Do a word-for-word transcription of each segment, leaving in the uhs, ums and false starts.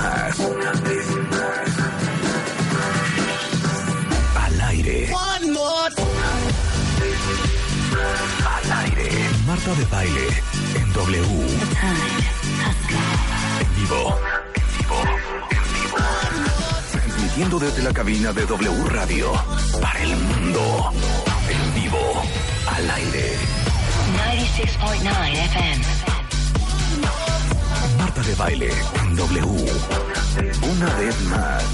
más. Una vez más. Al aire. One more. Al aire. Marta de Baile en W. En vivo. En vivo. En vivo. Transmitiendo desde la cabina de W Radio para el mundo. En vivo. Al aire. noventa y seis punto nueve F M. Marta de Baile en W. Una vez más.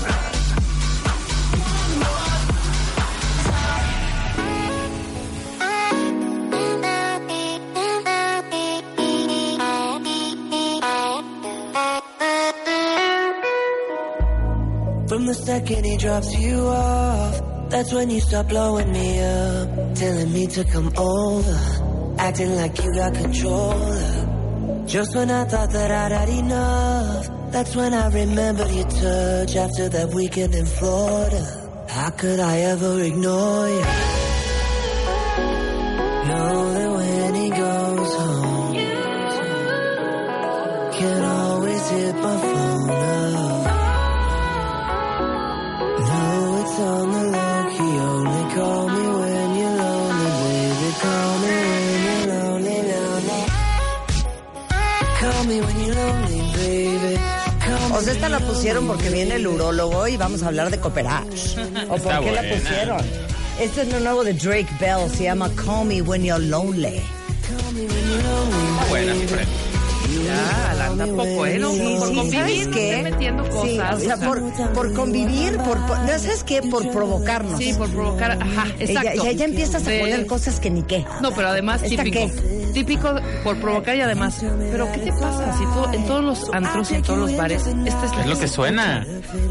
From the second he drops you off, that's when you start blowing me up, telling me to come over, acting like you got control. Just when I thought that I'd had enough, that's when I remembered your touch after that weekend in Florida. How could I ever ignore you? Know that when he goes home, can't always hit my phone up. No, it's on the low key, only call me when you're lonely, baby, call me when you're lonely, lonely. Call me when you're lonely, baby. O sea, esta la pusieron porque viene el urólogo y vamos a hablar de cooperage. ¿O por qué buena. la pusieron? Este es lo nuevo de Drake Bell, se llama Call Me When You're Lonely. Está buena, mi friend. Ya, la anda poco, ¿eh? No, Sí, por sí, convivir, ¿sabes qué? esté metiendo cosas. Sí, o sea, por, por convivir, por, por, ¿no sabes qué? Por provocarnos. Sí, por provocar, ajá, exacto. Ya, ya empiezas a Sí. poner cosas que ni qué. No, pero además ¿Esta típico. qué? Típico por provocar y además, pero ¿qué te pasa? Si tú, en todos los antros, en todos los bares, esta es la Es lo que suena.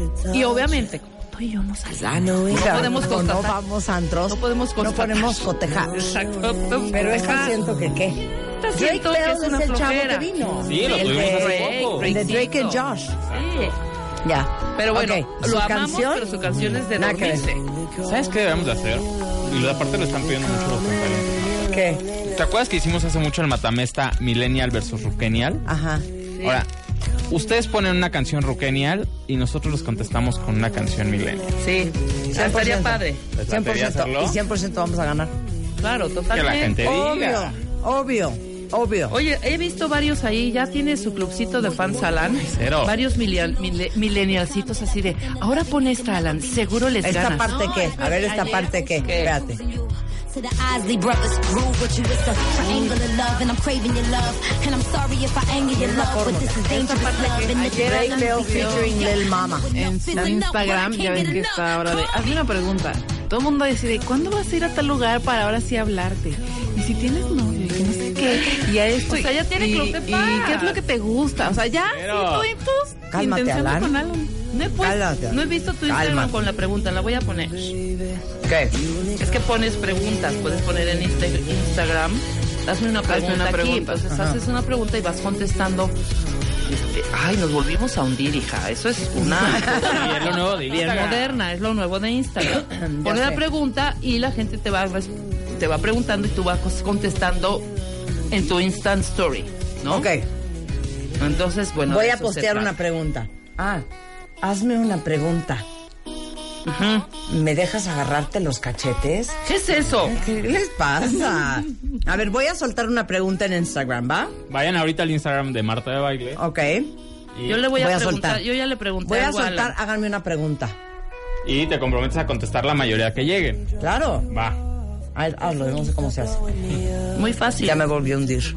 Y obviamente, tú y yo no salimos. No podemos no, no constatar. vamos a antros. No podemos No constatar. podemos cotejar. Exacto. Pero esta Ajá. siento que qué. Esta Drake siento que Bell es una es el chavo flojera. que vino. Sí, lo El tuvimos de- hace poco. El de Drake and Drake. Josh. Sí. Ya. Pero bueno, Ok, lo su amamos, canción, pero su canción es de nada que ver. dormirse. ¿Sabes qué debemos de hacer? Y lo- aparte lo están pidiendo mucho los cantantes. ¿Qué? ¿Te acuerdas que hicimos hace mucho el matamesta Millennial versus Ruckenial? Ajá. Ahora, ustedes ponen una canción Ruckenial y nosotros los contestamos con una canción Millennial. Sí, o sea, estaría padre. ¿Les cien por latería ciento. hacerlo? Y cien por ciento vamos a ganar. Claro, Que totalmente. la gente Obvio, diga. obvio, obvio. Oye, he visto varios ahí, ya tiene su clubcito de fans Alan. Cero. Varios millennial, mille- millennialcitos así de, ahora pon esta Alan, seguro les ¿Esta ganas. parte qué? A ver, ¿esta parte qué? ¿Qué? Espérate. To the Isley brothers, rule what you is a triangle of love, and I'm craving your love, and I'm sorry if I anger your love, but this is dangerous love, and the Drake Bell featuring Lil Mama. En su Instagram ya ven que está ahora de, hazme una pregunta. Todo el mundo decide, ¿cuándo vas a ir a tal lugar para ahora sí hablarte? Y si tienes novio, y que no sé qué, y a esto. O sea, ya tiene club de fans. ¿Y qué es lo que te gusta? O sea, ya, Pero- sí, tú y tus Cálmate, intenciones Alan. con Alan. No he, pues, Cálmate. no he visto tu Instagram Cálmate. con la pregunta, la voy a poner. ¿Qué? Es que pones preguntas, puedes poner en Insta- Instagram, hazme una pregunta, una aquí, pregunta. entonces Ajá. haces una pregunta y vas contestando. Este, ay, nos volvimos a hundir, hija, eso es una Y es lo nuevo de bien Instagram. moderna, es lo nuevo de Instagram. Pones la sé. pregunta y la gente te va res- te va preguntando y tú vas contestando en tu Instant Story, ¿no? Ok, Entonces, bueno, voy de a eso se postear trata. una pregunta. Ah, hazme una pregunta. Ujú. ¿Me dejas agarrarte los cachetes? ¿Qué es eso? ¿Qué les pasa? A ver, voy a soltar una pregunta en Instagram, ¿va? Vayan ahorita al Instagram de Marta de Baile. Ok. Y, Yo le voy a, Voy a preguntar, soltar. yo ya le pregunté Voy a algo soltar, Alan. háganme una pregunta. y te comprometes a contestar la mayoría que lleguen. Claro. Va. Haz- Hazlo, no sé cómo se hace. Muy fácil. Ya me volví a hundir.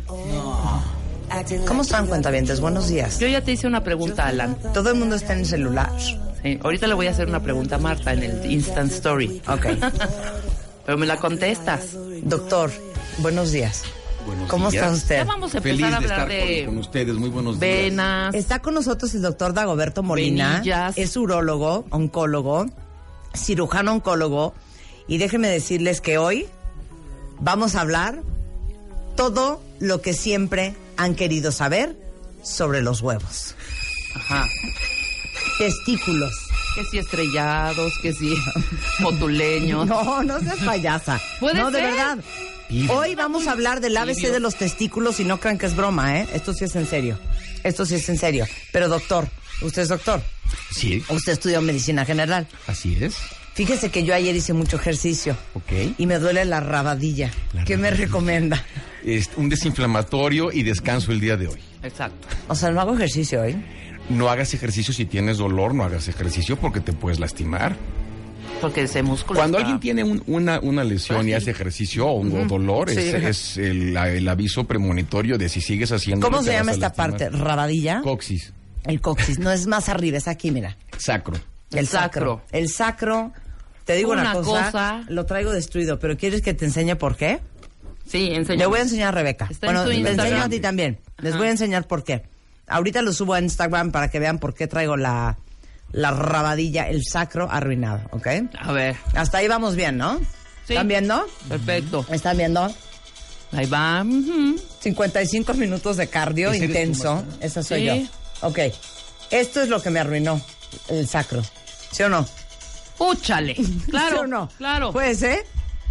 ¿Cómo están, cuentavientes? Buenos días. Yo ya te hice una pregunta, Alan. Todo el mundo está en el celular. Sí, ahorita le voy a hacer una pregunta a Marta en el Instant Story. Ok. Pero me la contestas. Doctor, buenos días. Buenos ¿Cómo días. está usted? Ya vamos a empezar Feliz a de hablar estar de con, con ustedes. Muy buenos días. venas. Está con nosotros el doctor Dagoberto Molina. Venillas. Es urólogo, oncólogo, cirujano oncólogo. Y déjenme decirles que hoy vamos a hablar todo lo que siempre han querido saber sobre los huevos. Ajá. Testículos. Que si estrellados, que si motuleños. No, no seas payasa. Puede no, de ser. verdad. Hoy vamos a hablar del A B C de los testículos y no crean que es broma, ¿eh? Esto sí es en serio. Esto sí es en serio. Pero doctor, ¿usted es doctor? Sí. ¿Usted estudió medicina general? Así es. Fíjese que yo ayer hice mucho ejercicio. Ok. Y me duele la rabadilla. La ¿Qué rabadilla. me recomienda? Es un desinflamatorio y descanso el día de hoy. Exacto. O sea, no hago ejercicio hoy. No hagas ejercicio si tienes dolor, no hagas ejercicio porque te puedes lastimar. Porque ese músculo Cuando está- alguien tiene un- una, una lesión y hace ejercicio o un o dolor, Sí. es, es el, el aviso premonitorio de si sigues haciendo. ¿Cómo se llama esta parte? ¿Rabadilla? Coxis, El coxis. No es más arriba, es aquí, mira. sacro. El, El sacro. sacro. El sacro, te digo una, Una cosa, cosa. lo traigo destruido, pero ¿quieres que te enseñe por qué? Sí, enseña. Le voy a enseñar a Rebeca. Está en Bueno, tu te Instagram. enseño a ti también. Les Ajá. voy a enseñar por qué. Ahorita lo subo a Instagram para que vean por qué traigo la, la rabadilla, el sacro arruinado, ¿ok? A ver. Hasta ahí vamos bien, ¿no? Sí. ¿Están viendo? Perfecto. ¿Están viendo? Ahí va. Ujú. cincuenta y cinco minutos de cardio ¿Ese eres tú, intenso. Marta? Esa soy Sí. yo. Ok. Esto es lo que me arruinó, el sacro. ¿Sí o no? Úchale. Claro. ¿Sí o no? Claro. Puede ser.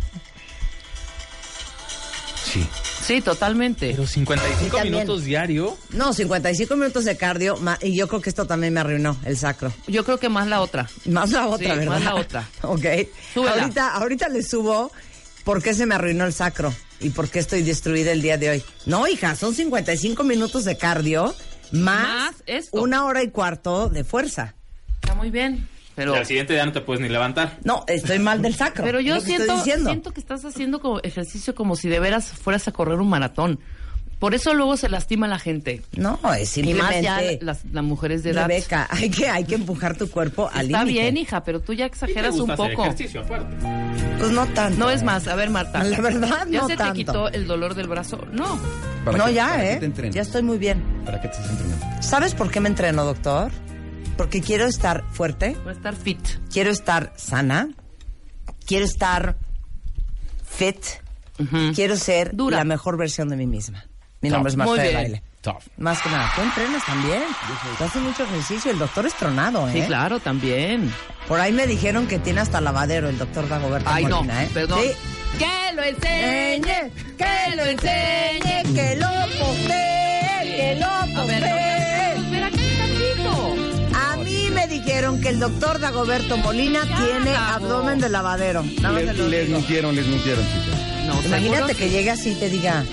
Sí. Sí, totalmente. Pero cincuenta y cinco Sí, también. minutos diario. No, cincuenta y cinco minutos de cardio ma- y yo creo que esto también me arruinó, el sacro. Yo creo que más la otra. Más la otra, Sí, ¿verdad? más la otra. Ok. Súbela. Ahorita, ahorita les subo por qué se me arruinó el sacro y por qué estoy destruida el día de hoy. No, hija, son cincuenta y cinco minutos de cardio más, Más esto. una hora y cuarto de fuerza. Está muy bien. Pero, Y al siguiente día no te puedes ni levantar. No, estoy mal del sacro. pero yo es lo que estoy siento, diciendo. siento que estás haciendo como ejercicio como si de veras fueras a correr un maratón. Por eso luego se lastima la gente. No, es Y más simplemente... ya las, las mujeres de edad. Rebeca, hay que, hay que empujar tu cuerpo al límite. Está bien, hija, pero tú ya Y te exageras gusta un hacer poco. ejercicio aparte. Pues no tanto. No es más, a ver, Marta. La verdad, ¿Ya no se tanto. te quitó el dolor del brazo? No. ¿Para No, qué- ya, para qué ¿eh? te entrenas? Ya estoy muy bien. ¿Para qué te estás entrenando? ¿Sabes por qué me entreno, doctor? Porque quiero estar fuerte, Va a estar fit. quiero estar sana, quiero estar fit, Ujú. quiero ser Dura. la mejor versión de mí misma. Mi Top. nombre es Marta Muy de bien. Baile. Tough. Más que nada, tú entrenas también. Tú haces mucho ejercicio. El doctor es tronado, ¿eh? Sí, claro, también. Por ahí me dijeron que tiene hasta lavadero el doctor Dagoberto Ay, no, Molina, ¿eh? perdón. Sí. Que lo enseñe, que lo enseñe. que lo postee, que lo A ver, no, postee. espera, aquí tantito. A mí me dijeron que el doctor Dagoberto Molina Ya, tiene Dago. abdomen de lavadero. Nada más Les, te lo les digo. mintieron, les mintieron, chicos. No, Imagínate seguro que sí. llegue así y te diga,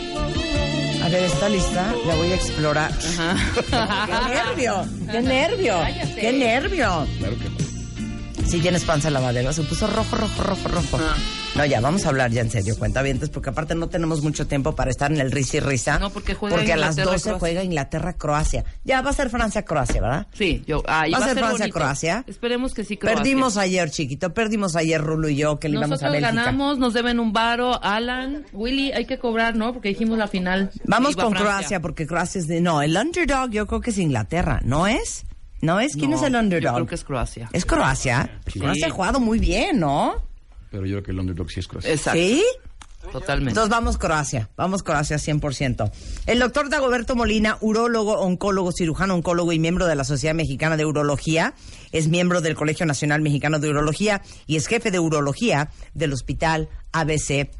a ver, ¿está lista? La voy a explorar. Ajá. ¡Qué nervio! ¡Qué nervio! Cállate. ¡Qué nervio! Claro que no. Si tienes panza de lavadero, se puso rojo, rojo, rojo, rojo. Ah. No, ya, vamos a hablar ya en serio, cuentavientes, porque aparte no tenemos mucho tiempo para estar en el risa y risa. No, porque juega Porque a las Inglaterra, doce Croacia. juega Inglaterra-Croacia. Ya va a ser Francia-Croacia, ¿verdad? Sí, yo. Ahí ¿Va va a a ser ser Francia, bonito. Croacia? Esperemos que sí, Croacia. Perdimos ayer, chiquito, perdimos ayer Rulo y yo, que le íbamos a Nosotros Bélgica. ganamos, nos deben un varo. Alan, Willy, hay que cobrar, ¿no? Porque dijimos la final. Vamos Iba con Francia. Croacia, porque Croacia es de... No, el underdog yo creo que es Inglaterra, ¿no es? ¿No es? ¿Quién No, es el underdog? Yo creo que es Croacia. ¿Es Croacia? Sí. Croacia ha jugado muy bien, ¿no? Pero yo creo que el underdog sí es Croacia. Exacto. ¿Sí? Totalmente. Entonces vamos Croacia, vamos Croacia cien por ciento. El doctor Dagoberto Molina, urólogo, oncólogo, cirujano oncólogo y miembro de la Sociedad Mexicana de Urología, es miembro del Colegio Nacional Mexicano de Urología y es jefe de urología del Hospital A B C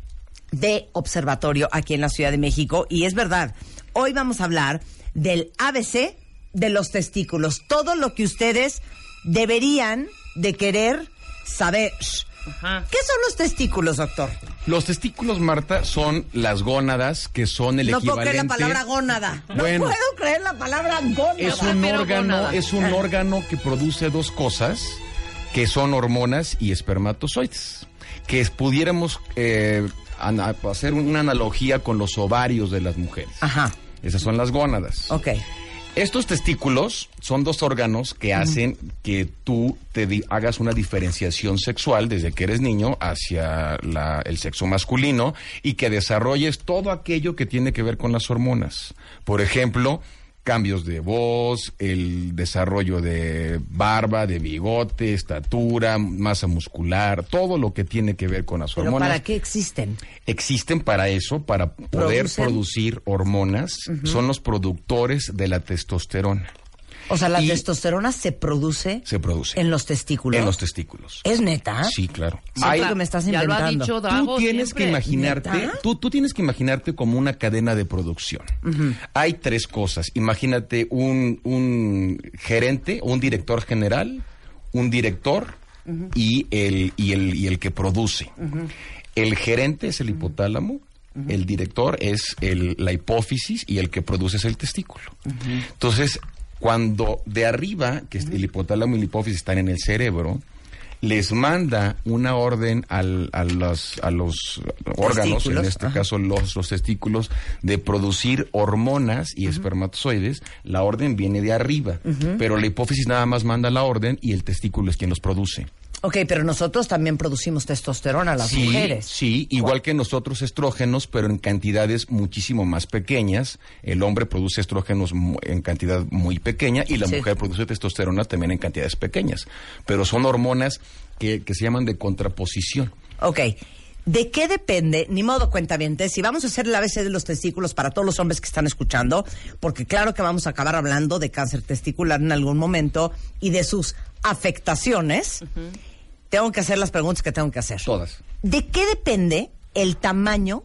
de Observatorio aquí en la Ciudad de México. Y es verdad, hoy vamos a hablar del A B C de los testículos, todo lo que ustedes deberían de querer saber. Ajá. ¿Qué son los testículos, doctor? Los testículos, Marta, son las gónadas que son el No puedo creer equivalente... la palabra gónada. Bueno. No puedo creer la palabra gónada. Es un pero órgano, gónada. es un órgano que produce dos cosas, que son hormonas y espermatozoides. Que es- pudiéramos eh, ana- hacer una analogía con los ovarios de las mujeres. Ajá, Esas son las gónadas. ok. Estos testículos son dos órganos que hacen que tú te di- hagas una diferenciación sexual desde que eres niño hacia la- el sexo masculino y que desarrolles todo aquello que tiene que ver con las hormonas. Por ejemplo, cambios de voz, el desarrollo de barba, de bigote, estatura, masa muscular, todo lo que tiene que ver con las ¿Pero hormonas. para qué existen? Existen para eso, para poder ¿Producen? producir hormonas. Son los productores de la testosterona. O sea, la y testosterona se produce, se produce en los testículos. En los testículos. ¿Es neta? Sí, claro. Hay, que me estás ya inventando. lo ha dicho Drago Tú tienes siempre. que imaginarte, tú, tú tienes que imaginarte como una cadena de producción. Uh-huh. Hay tres cosas. Imagínate un, un gerente, un director general, un director uh-huh. y el y el y el que produce. Uh-huh. El gerente es el hipotálamo, uh-huh. el director es el, la hipófisis y el que produce es el testículo. Uh-huh. Entonces, cuando de arriba, que uh-huh. el hipotálamo y la hipófisis están en el cerebro, les manda una orden al, a, los, a los órganos, en este Ajá. caso los, los testículos, de producir hormonas y uh-huh. espermatozoides. La orden viene de arriba, uh-huh. pero la hipófisis nada más manda la orden y el testículo es quien los produce. Ok, pero nosotros también producimos testosterona, las sí, mujeres. Sí, igual que nosotros estrógenos, pero en cantidades muchísimo más pequeñas. El hombre produce estrógenos en cantidad muy pequeña y la sí. mujer produce testosterona también en cantidades pequeñas. Pero son hormonas que, que se llaman de contraposición. Ok. ¿De qué depende? Ni modo, cuentavientes, si vamos a hacer el A B C de los testículos para todos los hombres que están escuchando, porque claro que vamos a acabar hablando de cáncer testicular en algún momento y de sus afectaciones, uh-huh. tengo que hacer las preguntas que tengo que hacer. Todas. ¿De qué depende el tamaño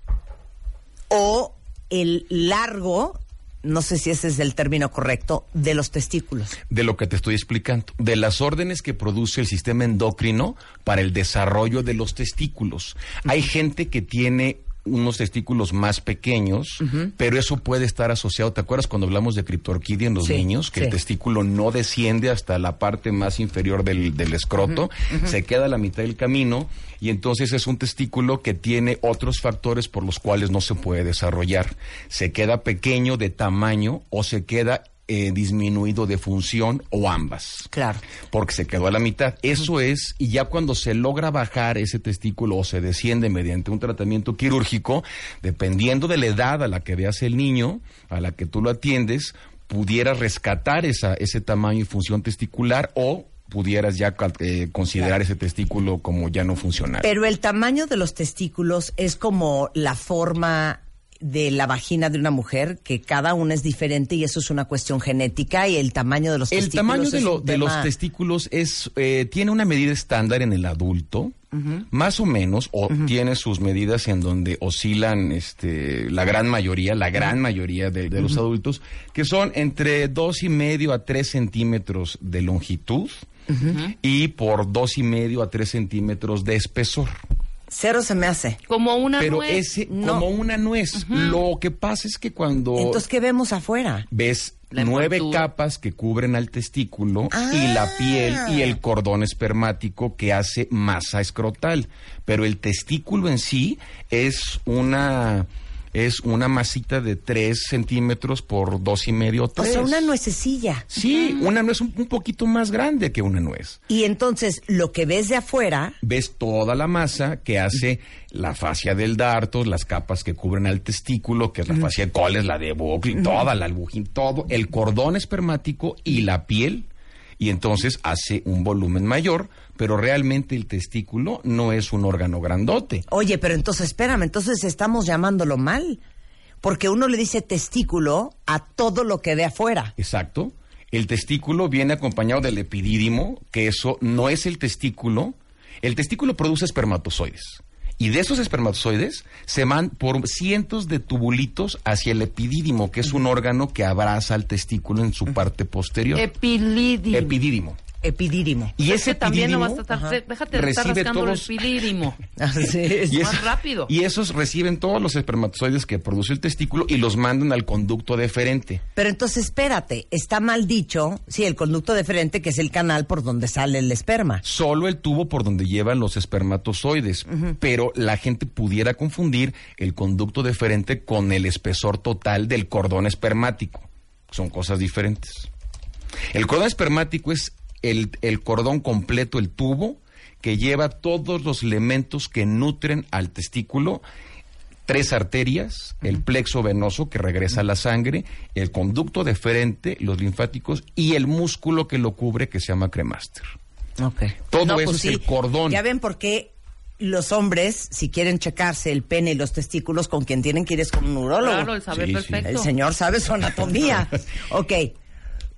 o el largo, no sé si ese es el término correcto, de los testículos? De lo que te estoy explicando, de las órdenes que produce el sistema endocrino para el desarrollo de los testículos. Uh-huh. Hay gente que tiene unos testículos más pequeños, uh-huh. pero eso puede estar asociado. ¿Te acuerdas cuando hablamos de criptorquidia en los sí, niños? Que sí. el testículo no desciende hasta la parte más inferior del, del escroto, uh-huh. Uh-huh. se queda a la mitad del camino y entonces es un testículo que tiene otros factores por los cuales no se puede desarrollar. Se queda pequeño de tamaño o se queda Eh, disminuido de función o ambas. Claro. Porque se quedó a la mitad. Eso uh-huh. es, y ya cuando se logra bajar ese testículo o se desciende mediante un tratamiento quirúrgico, dependiendo de la edad a la que veas el niño, a la que tú lo atiendes, pudiera rescatar esa, ese tamaño y función testicular o pudieras ya eh, considerar claro. ese testículo como ya no funcional. Pero el tamaño de los testículos es como la forma de la vagina de una mujer, que cada una es diferente y eso es una cuestión genética, y el tamaño de los el testículos tamaño de, lo, es de tema... los testículos es eh, tiene una medida estándar en el adulto, uh-huh. más o menos, o uh-huh. tiene sus medidas en donde oscilan este la gran mayoría, la gran uh-huh. mayoría de, de uh-huh. los adultos, que son entre dos y medio a tres centímetros de longitud uh-huh. y por dos y medio a tres centímetros de espesor. Cero se me hace. Como una Pero nuez. ese, no. como una nuez. Uh-huh. Lo que pasa es que cuando... Entonces, ¿qué vemos afuera? Ves la nueve envoltura. capas que cubren al testículo ah. y la piel y el cordón espermático que hace masa escrotal. Pero el testículo en sí es una... es una masita de tres centímetros por dos y medio, tres. O sea, una nuececilla. Sí, uh-huh. una nuez un, un poquito más grande que una nuez. Y entonces, lo que ves de afuera... Ves toda la masa que hace la fascia del darto, las capas que cubren al testículo, que es la uh-huh. fascia de Coles, la de Buckley, uh-huh. toda la albujín, todo, el cordón espermático y la piel. Y entonces hace un volumen mayor, pero realmente el testículo no es un órgano grandote. Oye, pero entonces, espérame, entonces estamos llamándolo mal, porque uno le dice testículo a todo lo que ve afuera. Exacto. El testículo viene acompañado del epidídimo, que eso no es el testículo. El testículo produce espermatozoides. Y de esos espermatozoides se van por cientos de tubulitos hacia el epidídimo, que es un órgano que abraza al testículo en su parte posterior. Epilídimo. Epidídimo. Epidídimo. Y ese también no vas a epidídimo, estar, déjate de estar rascando todos... el epidídimo. Así es. Y más es, rápido. Y esos reciben todos los espermatozoides que produce el testículo y los mandan al conducto deferente. Pero entonces, espérate, está mal dicho, sí, el conducto deferente, que es el canal por donde sale el esperma. Solo el tubo por donde llevan los espermatozoides, uh-huh. pero la gente pudiera confundir el conducto deferente con el espesor total del cordón espermático. Son cosas diferentes. El cordón espermático es El, el cordón completo, el tubo, que lleva todos los elementos que nutren al testículo, tres arterias, uh-huh. el plexo venoso que regresa a la sangre, el conducto deferente, los linfáticos y el músculo que lo cubre, que se llama cremaster. Okay. Todo no, eso pues es sí. el cordón. Ya ven por qué los hombres, si quieren checarse el pene y los testículos, con quien tienen que ir es con un urólogo. Claro, él sabe sí, perfecto. sí. El señor sabe su anatomía. Ok.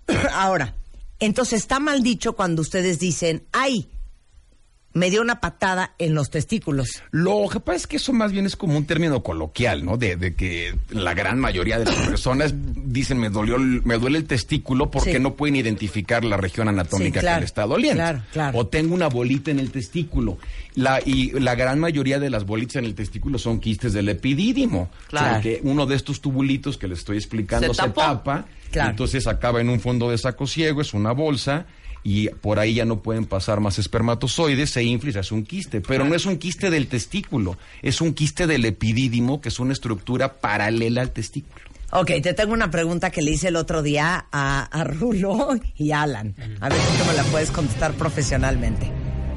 Ahora, entonces está mal dicho cuando ustedes dicen, ay, me dio una patada en los testículos. Lo que pasa es que eso más bien es como un término coloquial, ¿no? De, de que la gran mayoría de las personas dicen me dolió, el- me duele el testículo porque Sí. no pueden identificar la región anatómica Sí, claro, que le está doliendo. claro, claro. O tengo una bolita en el testículo. La, y la gran mayoría de las bolitas en el testículo son quistes del epidídimo. Claro. Porque uno de estos tubulitos que les estoy explicando Se se, tapó. tapa. Claro. Y entonces acaba en un fondo de saco ciego, es una bolsa. Y por ahí ya no pueden pasar más espermatozoides, se infla y se hace un quiste. Pero no es un quiste del testículo, es un quiste del epidídimo, que es una estructura paralela al testículo. Ok, te tengo una pregunta que le hice el otro día a, a Rulo y a Alan. A ver si tú me la puedes contestar profesionalmente.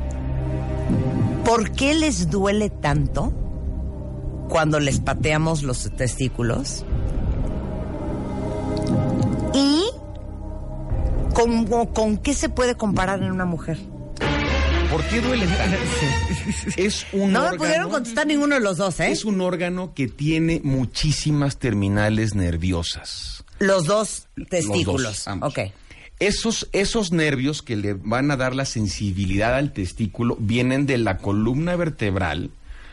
¿Por qué les duele tanto cuando les pateamos los testículos? ¿Y con, con qué se puede comparar en una mujer? ¿Por qué duele tanto? Es un No me órgano- pudieron contestar ninguno de los dos, ¿eh? Es un órgano que tiene muchísimas terminales nerviosas. Los dos testículos. Los dos, ambos. Ok. Esos, esos nervios que le van a dar la sensibilidad al testículo vienen de la columna vertebral.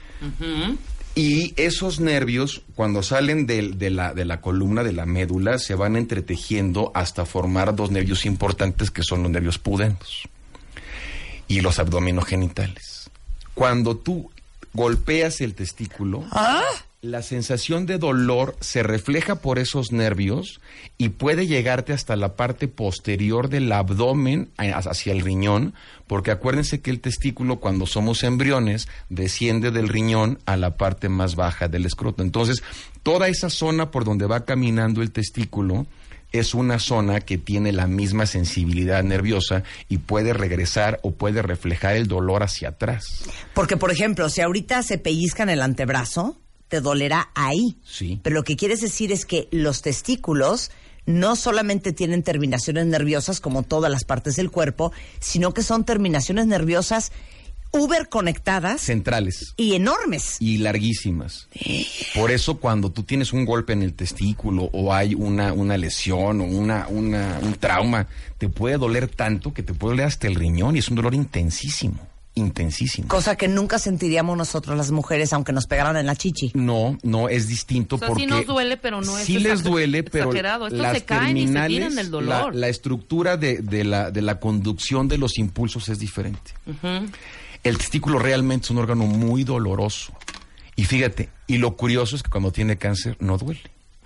Y esos nervios, cuando salen del- de, la, de la columna, de la médula, se van entretejiendo hasta formar dos nervios importantes que son los nervios pudendos y los abdominogenitales. Cuando tú golpeas el testículo, la sensación de dolor se refleja por esos nervios y puede llegarte hasta la parte posterior del abdomen a- hacia el riñón, porque acuérdense que el testículo, cuando somos embriones, desciende del riñón a la parte más baja del escroto. Entonces, toda esa zona por donde va caminando el testículo es una zona que tiene la misma sensibilidad nerviosa y puede regresar o puede reflejar el dolor hacia atrás. Porque, por ejemplo, si ahorita se pellizcan el antebrazo, te dolerá ahí. Sí. Pero lo que quieres decir es que los testículos no solamente tienen terminaciones nerviosas como todas las partes del cuerpo, sino que son terminaciones nerviosas uber conectadas Centrales. y enormes. Y larguísimas. Por eso cuando tú tienes un golpe en el testículo o hay una, una lesión o una, una, un trauma, te puede doler tanto que te puede doler hasta el riñón y es un dolor intensísimo, intensísimo. Cosa que nunca sentiríamos nosotros las mujeres aunque nos pegaran en la chichi. No, no, es distinto O sea, porque... sí nos duele, pero no es Sí les exager- duele, pero exagerado. Estos las se caen y se terminales, tiran del la, dolor. la estructura de, de, la, de la conducción de los impulsos es diferente. El testículo realmente es un órgano muy doloroso. Y fíjate, y lo curioso es que cuando tiene cáncer no duele.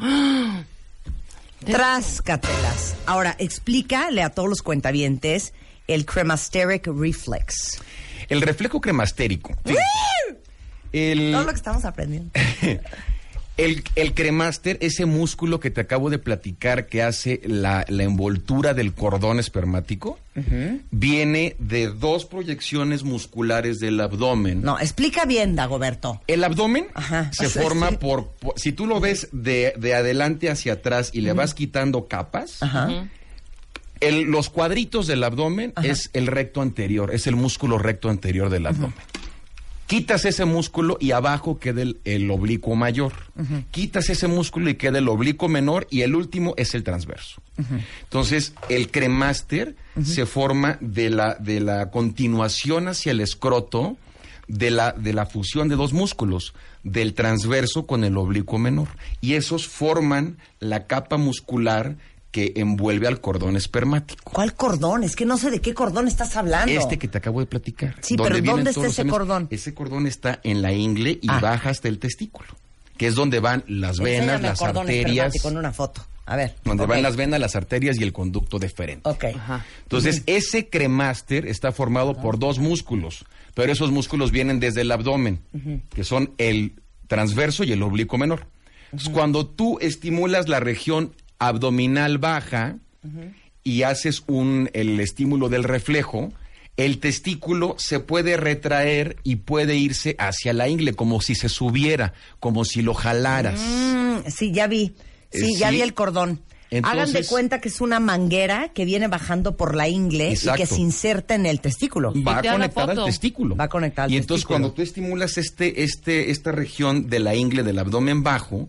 Tráscatelas. Ahora, explícale a todos los cuentavientes el cremasteric reflex. El reflejo cremastérico. fíjate, el, Todo lo que estamos aprendiendo. el, el cremaster, ese músculo que te acabo de platicar que hace la, la envoltura del cordón espermático, viene de dos proyecciones musculares del abdomen. No, explica bien, Dagoberto. El abdomen Ajá. se O sea, forma sí. por, por- si tú lo ves de, de adelante hacia atrás y le vas quitando capas, Ajá. el- los cuadritos del abdomen es el recto anterior, es el músculo recto anterior del abdomen. Quitas ese músculo y abajo queda el, el oblicuo mayor. Quitas ese músculo y queda el oblicuo menor y el último es el transverso. Entonces, el cremaster se forma de la, de la continuación hacia el escroto de la, de la fusión de dos músculos, del transverso con el oblicuo menor. Y esos forman la capa muscular que envuelve al cordón espermático. ¿Cuál cordón? Es que no sé de qué cordón estás hablando. Este que te acabo de platicar. Sí, donde pero vienen ¿dónde todos está los ese senos. cordón? Ese cordón está en la ingle y Ah. baja hasta el testículo, que es donde van las venas, Enséñame el las cordón arterias, espermático en una foto. A ver. donde ok. van las venas, las arterias y el conducto deferente. Ok. Entonces, ese cremaster está formado por dos músculos, pero esos músculos vienen desde el abdomen, que son el transverso y el oblicuo menor. Entonces, cuando tú estimulas la región abdominal baja y haces un el estímulo del reflejo, el testículo se puede retraer y puede irse hacia la ingle, como si se subiera, como si lo jalaras. Mm, sí, ya vi. Sí, Eh, ya sí. vi el cordón. Hagan de Entonces- cuenta que es una manguera que viene bajando por la ingle y Exacto. que se inserta en el testículo. Va te da la conectada al foto. testículo. Va conectada al Y entonces testículo. cuando tú estimulas este, este, esta región de la ingle del abdomen bajo,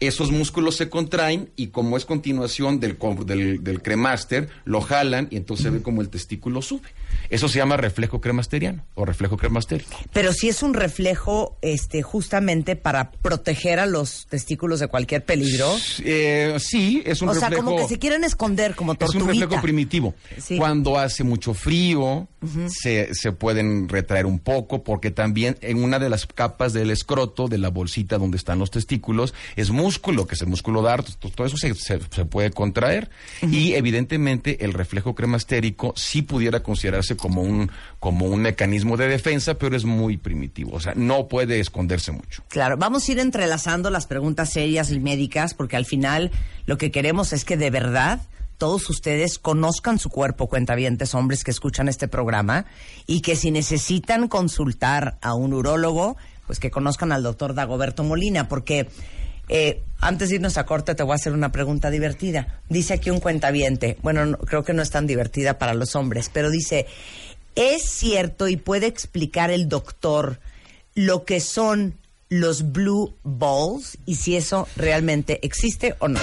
esos músculos se contraen y como es continuación del, del, del cremaster, lo jalan y entonces se ve como el testículo sube. Eso se llama reflejo cremasteriano o reflejo cremastérico. Pero sí es un reflejo este, justamente para proteger a los testículos de cualquier peligro. Eh, sí, es un o reflejo... O sea, como que se quieren esconder como tortuguita. Es un reflejo primitivo. Sí. Cuando hace mucho frío, uh-huh. se, se pueden retraer un poco porque también en una de las capas del escroto, de la bolsita donde están los testículos, es músculo, que es el músculo darto, todo eso se, se, se puede contraer. Uh-huh. Y evidentemente el reflejo cremastérico sí pudiera considerarse como un, como un mecanismo de defensa, pero es muy primitivo, o sea, no puede esconderse mucho. Claro, vamos a ir entrelazando las preguntas serias y médicas, porque al final lo que queremos es que de verdad todos ustedes conozcan su cuerpo, cuentavientes, hombres que escuchan este programa, y que si necesitan consultar a un urólogo, pues que conozcan al doctor Dagoberto Molina, porque eh, antes de irnos a corte te voy a hacer una pregunta divertida. Dice aquí un cuentaviente, bueno, no, creo que no es tan divertida para los hombres, pero dice, ¿es cierto y puede explicar el doctor lo que son los blue balls y si eso realmente existe o no?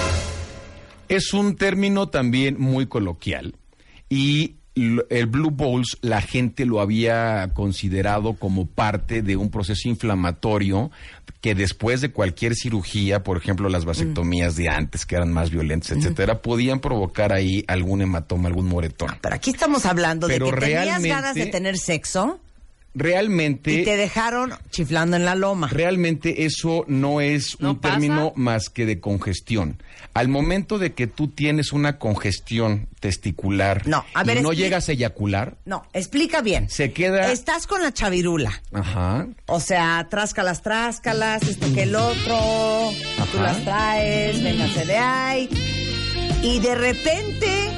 Es un término también muy coloquial y el blue balls la gente lo había considerado como parte de un proceso inflamatorio que después de cualquier cirugía, por ejemplo las vasectomías mm. de antes que eran más violentas, etcétera, mm. podían provocar ahí algún hematoma, algún moretón. Pero aquí estamos hablando Pero de que tenías ganas de tener sexo. Realmente... Y te dejaron chiflando en la loma. Realmente eso no es ¿No un pasa? término más que de congestión. Al momento de que tú tienes una congestión testicular no, a ver, y no expli- llegas a eyacular... No, explica bien. Se queda... Estás con la chavirula. Ajá. O sea, tráscalas, tráscalas, esto que el otro. Ajá. Tú las traes, véngase de ahí. Y de repente...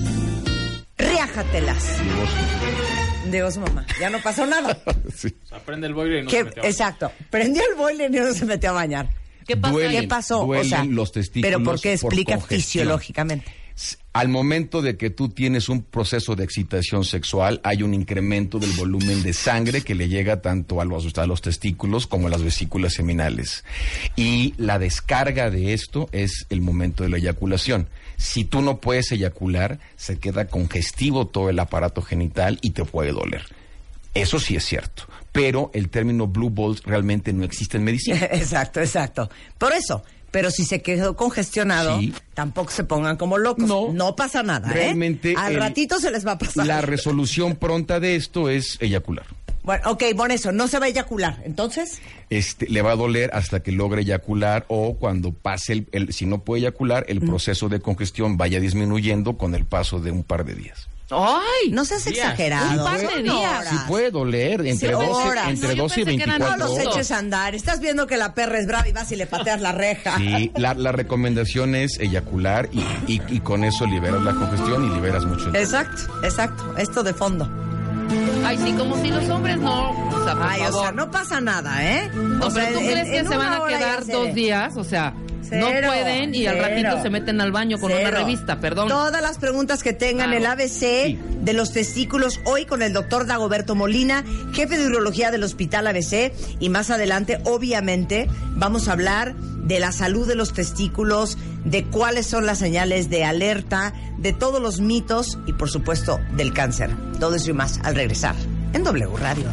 Riájatelas. Digo su mamá, ya no pasó nada. Sí. O sea, prende el boiler y no ¿Qué? se metió a bañar. Exacto, prendió el boiler y no se metió a bañar. ¿Qué pasó? Duelen, ¿Qué pasó? duelen O sea, los testículos pero ¿por qué explica por congestión. fisiológicamente? Al momento de que tú tienes un proceso de excitación sexual, hay un incremento del volumen de sangre que le llega tanto a los, a los testículos como a las vesículas seminales. Y la descarga de esto es el momento de la eyaculación. Si tú no puedes eyacular, se queda congestivo todo el aparato genital y te puede doler. Eso sí es cierto. Pero el término blue balls realmente no existe en medicina. Exacto, exacto. Por eso... Pero si se quedó congestionado, sí. tampoco se pongan como locos. No, no pasa nada, realmente ¿eh? Al el, ratito se les va a pasar. La resolución pronta de esto es eyacular. Bueno, ok, bueno, eso, no se va a eyacular. ¿Entonces? Este, le va a doler hasta que logre eyacular o cuando pase, el, el si no puede eyacular, el mm. proceso de congestión vaya disminuyendo con el paso de un par de días. ¡Ay! No seas días. exagerado. Un par de días. Sí puede doler, entre sí, doce, horas. entre no, doce y veinticuatro horas. No los eches a andar. Estás viendo que la perra es brava y vas y le pateas la reja. Sí, la, la recomendación es eyacular y, y, y con eso liberas la congestión y liberas mucho el Exacto, dolor. Exacto. Esto de fondo. Ay, sí, como si los hombres no... O sea, por Ay, favor. o sea, no pasa nada, ¿eh? O, o sea, sea, ¿tú en, crees que en se van a quedar dos días? O sea... Cero, no pueden y cero. Al ratito se meten al baño con cero. Una revista, perdón. Todas las preguntas que tengan claro. El A B C sí. De los testículos hoy con el doctor Dagoberto Molina, jefe de urología del Hospital A B C, y más adelante, obviamente, vamos a hablar de la salud de los testículos, de cuáles son las señales de alerta, de todos los mitos y, por supuesto, del cáncer. Todo eso y más al regresar en W Radio.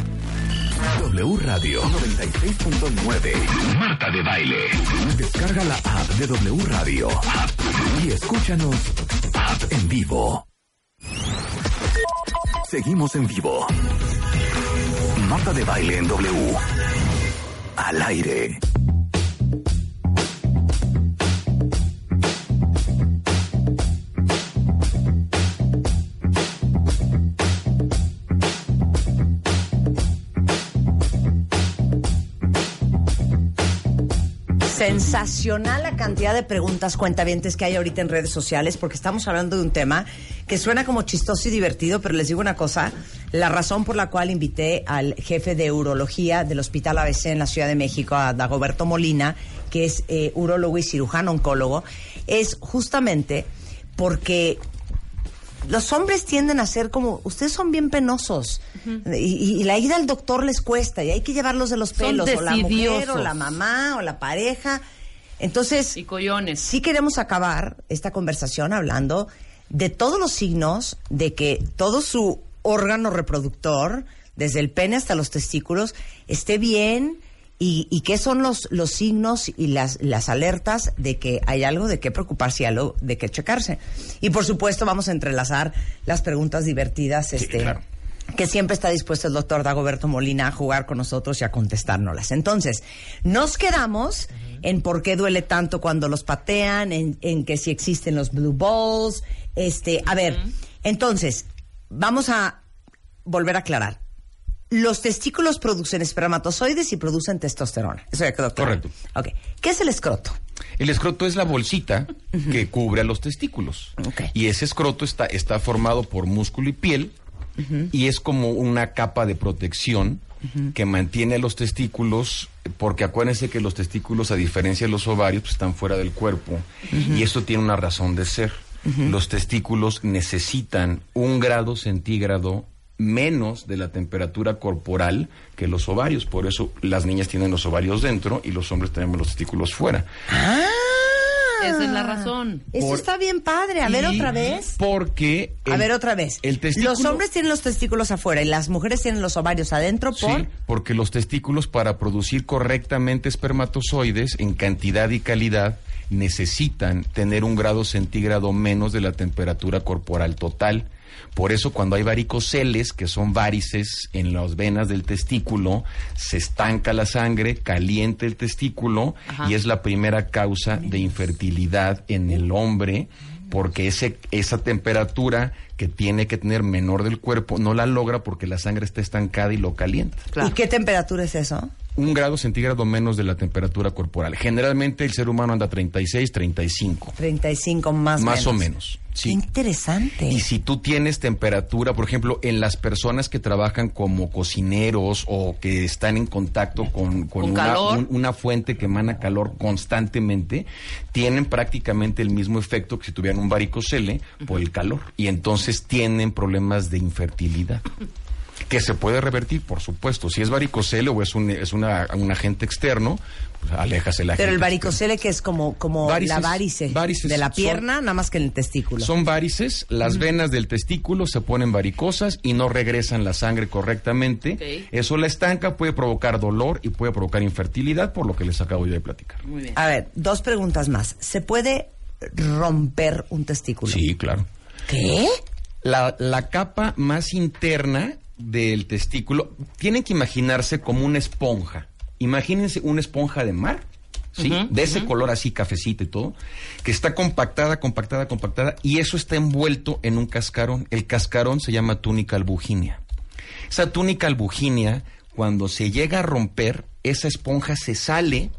W Radio noventa y seis punto nueve. Marta de Baile. Descarga la app de W Radio y escúchanos app en vivo. Seguimos en vivo. Marta de Baile en W. Al aire. Sensacional la cantidad de preguntas, cuentavientes, que hay ahorita en redes sociales, porque estamos hablando de un tema que suena como chistoso y divertido, pero les digo una cosa, la razón por la cual invité al jefe de urología del Hospital A B C en la Ciudad de México, a Dagoberto Molina, que es eh, urólogo y cirujano oncólogo, es justamente porque los hombres tienden a ser como, ustedes son bien penosos, uh-huh. y, y la ida al doctor les cuesta, y hay que llevarlos de los pelos, o la mujer, o la mamá, o la pareja. Entonces, y collones. Sí queremos acabar esta conversación hablando de todos los signos de que todo su órgano reproductor, desde el pene hasta los testículos, esté bien y, y qué son los, los signos y las, las alertas de que hay algo de qué preocuparse y algo de qué checarse. Y por supuesto vamos a entrelazar las preguntas divertidas, este, sí, claro, que siempre está dispuesto el doctor Dagoberto Molina a jugar con nosotros y a contestárnoslas. Entonces, nos quedamos uh-huh. en por qué duele tanto cuando los patean, en, en que si existen los blue balls. Este, a ver, uh-huh. entonces, vamos a volver a aclarar. Los testículos producen espermatozoides y producen testosterona. Eso ya quedó claro. Correcto. Okay. ¿Qué es el escroto? El escroto es la bolsita uh-huh. que cubre a los testículos. Okay. Y ese escroto está, está formado por músculo y piel. Uh-huh. Y es como una capa de protección uh-huh. que mantiene a los testículos, porque acuérdense que los testículos, a diferencia de los ovarios, pues, están fuera del cuerpo. Uh-huh. Y esto tiene una razón de ser. Uh-huh. Los testículos necesitan un grado centígrado menos de la temperatura corporal que los ovarios. Por eso las niñas tienen los ovarios dentro y los hombres tenemos los testículos fuera. ¡Ah! Esa es la razón. Eso Por, está bien padre. A ver otra vez. Porque... El, a ver otra vez. El testículo, los hombres tienen los testículos afuera y las mujeres tienen los ovarios adentro por... Sí, porque los testículos, para producir correctamente espermatozoides en cantidad y calidad, necesitan tener un grado centígrado menos de la temperatura corporal total. Por eso cuando hay varicoceles, que son varices en las venas del testículo, se estanca la sangre, calienta el testículo. Ajá. Y es la primera causa de infertilidad en el hombre, porque ese, esa temperatura que tiene que tener menor del cuerpo no la logra porque la sangre está estancada y lo calienta. Claro. ¿Y qué temperatura es eso? Un grado centígrado menos de la temperatura corporal. Generalmente el ser humano anda treinta y seis, treinta y cinco. treinta y cinco más, más menos. o menos. Sí. Qué interesante. Y si tú tienes temperatura, por ejemplo, en las personas que trabajan como cocineros o que están en contacto con, con, ¿Con una, un, una fuente que emana calor constantemente, tienen prácticamente el mismo efecto que si tuvieran un varicocele por el calor. Y entonces tienen problemas de infertilidad. Que se puede revertir, por supuesto. Si es varicocele o es un, es una, un agente externo, pues aléjase la gente. Pero el varicocele, que es como, como varices, la varice varices de la pierna, son, nada más que en el testículo. Son varices, las uh-huh. venas del testículo se ponen varicosas y no regresan la sangre correctamente. Okay. Eso la estanca, puede provocar dolor y puede provocar infertilidad, por lo que les acabo yo de platicar. Muy bien. A ver, dos preguntas más. ¿Se puede romper un testículo? Sí, claro. ¿Qué? La, la capa más interna del testículo, tienen que imaginarse como una esponja. Imagínense una esponja de mar, ¿sí? Uh-huh, de ese uh-huh. color así, cafecito y todo, que está compactada, compactada, compactada, y eso está envuelto en un cascarón. El cascarón se llama túnica albuginea. Esa túnica albuginea, cuando se llega a romper, esa esponja se sale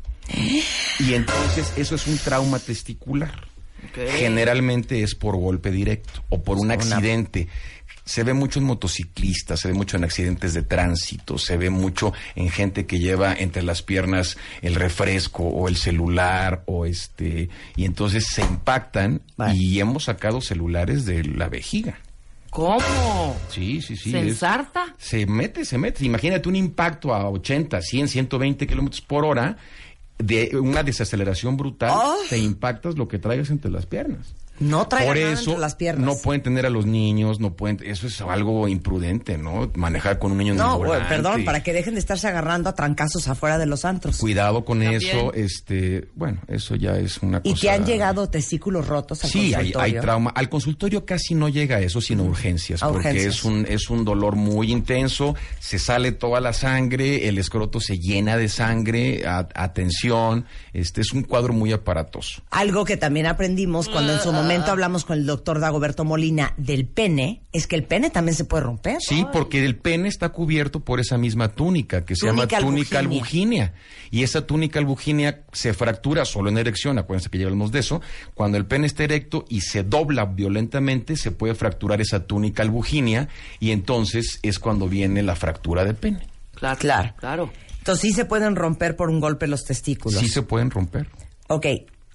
y entonces eso es un trauma testicular. Okay. Generalmente es por golpe directo o por un accidente. Se ve mucho en motociclistas, se ve mucho en accidentes de tránsito, se ve mucho en gente que lleva entre las piernas el refresco o el celular o este, y entonces se impactan. Vale. Y hemos sacado celulares de la vejiga. ¿Cómo? Sí, sí, sí. ¿Se ensarta? Es, se mete, se mete. Imagínate un impacto a ochenta, cien, ciento veinte kilómetros por hora, de una desaceleración brutal, oh. te impactas lo que traigas entre las piernas. No traigan Por nada eso entre las piernas. No pueden tener a los niños, no pueden, eso es algo imprudente, ¿no? Manejar con un niño en No, el volante. perdón, para que dejen de estarse agarrando a trancazos afuera de los antros. Cuidado con También. eso, este, bueno, eso ya es una cosa. ¿Y te han llegado testículos rotos al sí, consultorio? Sí, hay, hay trauma. Al consultorio casi no llega eso, sino urgencias, a porque urgencias. es un es un dolor muy intenso, se sale toda la sangre, el escroto se llena de sangre, a, atención, este es un cuadro muy aparatoso. Algo que también aprendimos cuando en su momento hablamos con el doctor Dagoberto Molina del pene, es que el pene también se puede romper. Sí, porque el pene está cubierto por esa misma túnica que se túnica llama túnica albuginea. albuginea. Y esa túnica albuginea se fractura solo en erección, acuérdense que ya hablamos de eso. Cuando el pene está erecto y se dobla violentamente, se puede fracturar esa túnica albuginea y entonces es cuando viene la fractura del pene. Claro, claro. claro. Entonces sí se pueden romper por un golpe los testículos. Sí se pueden romper. Ok.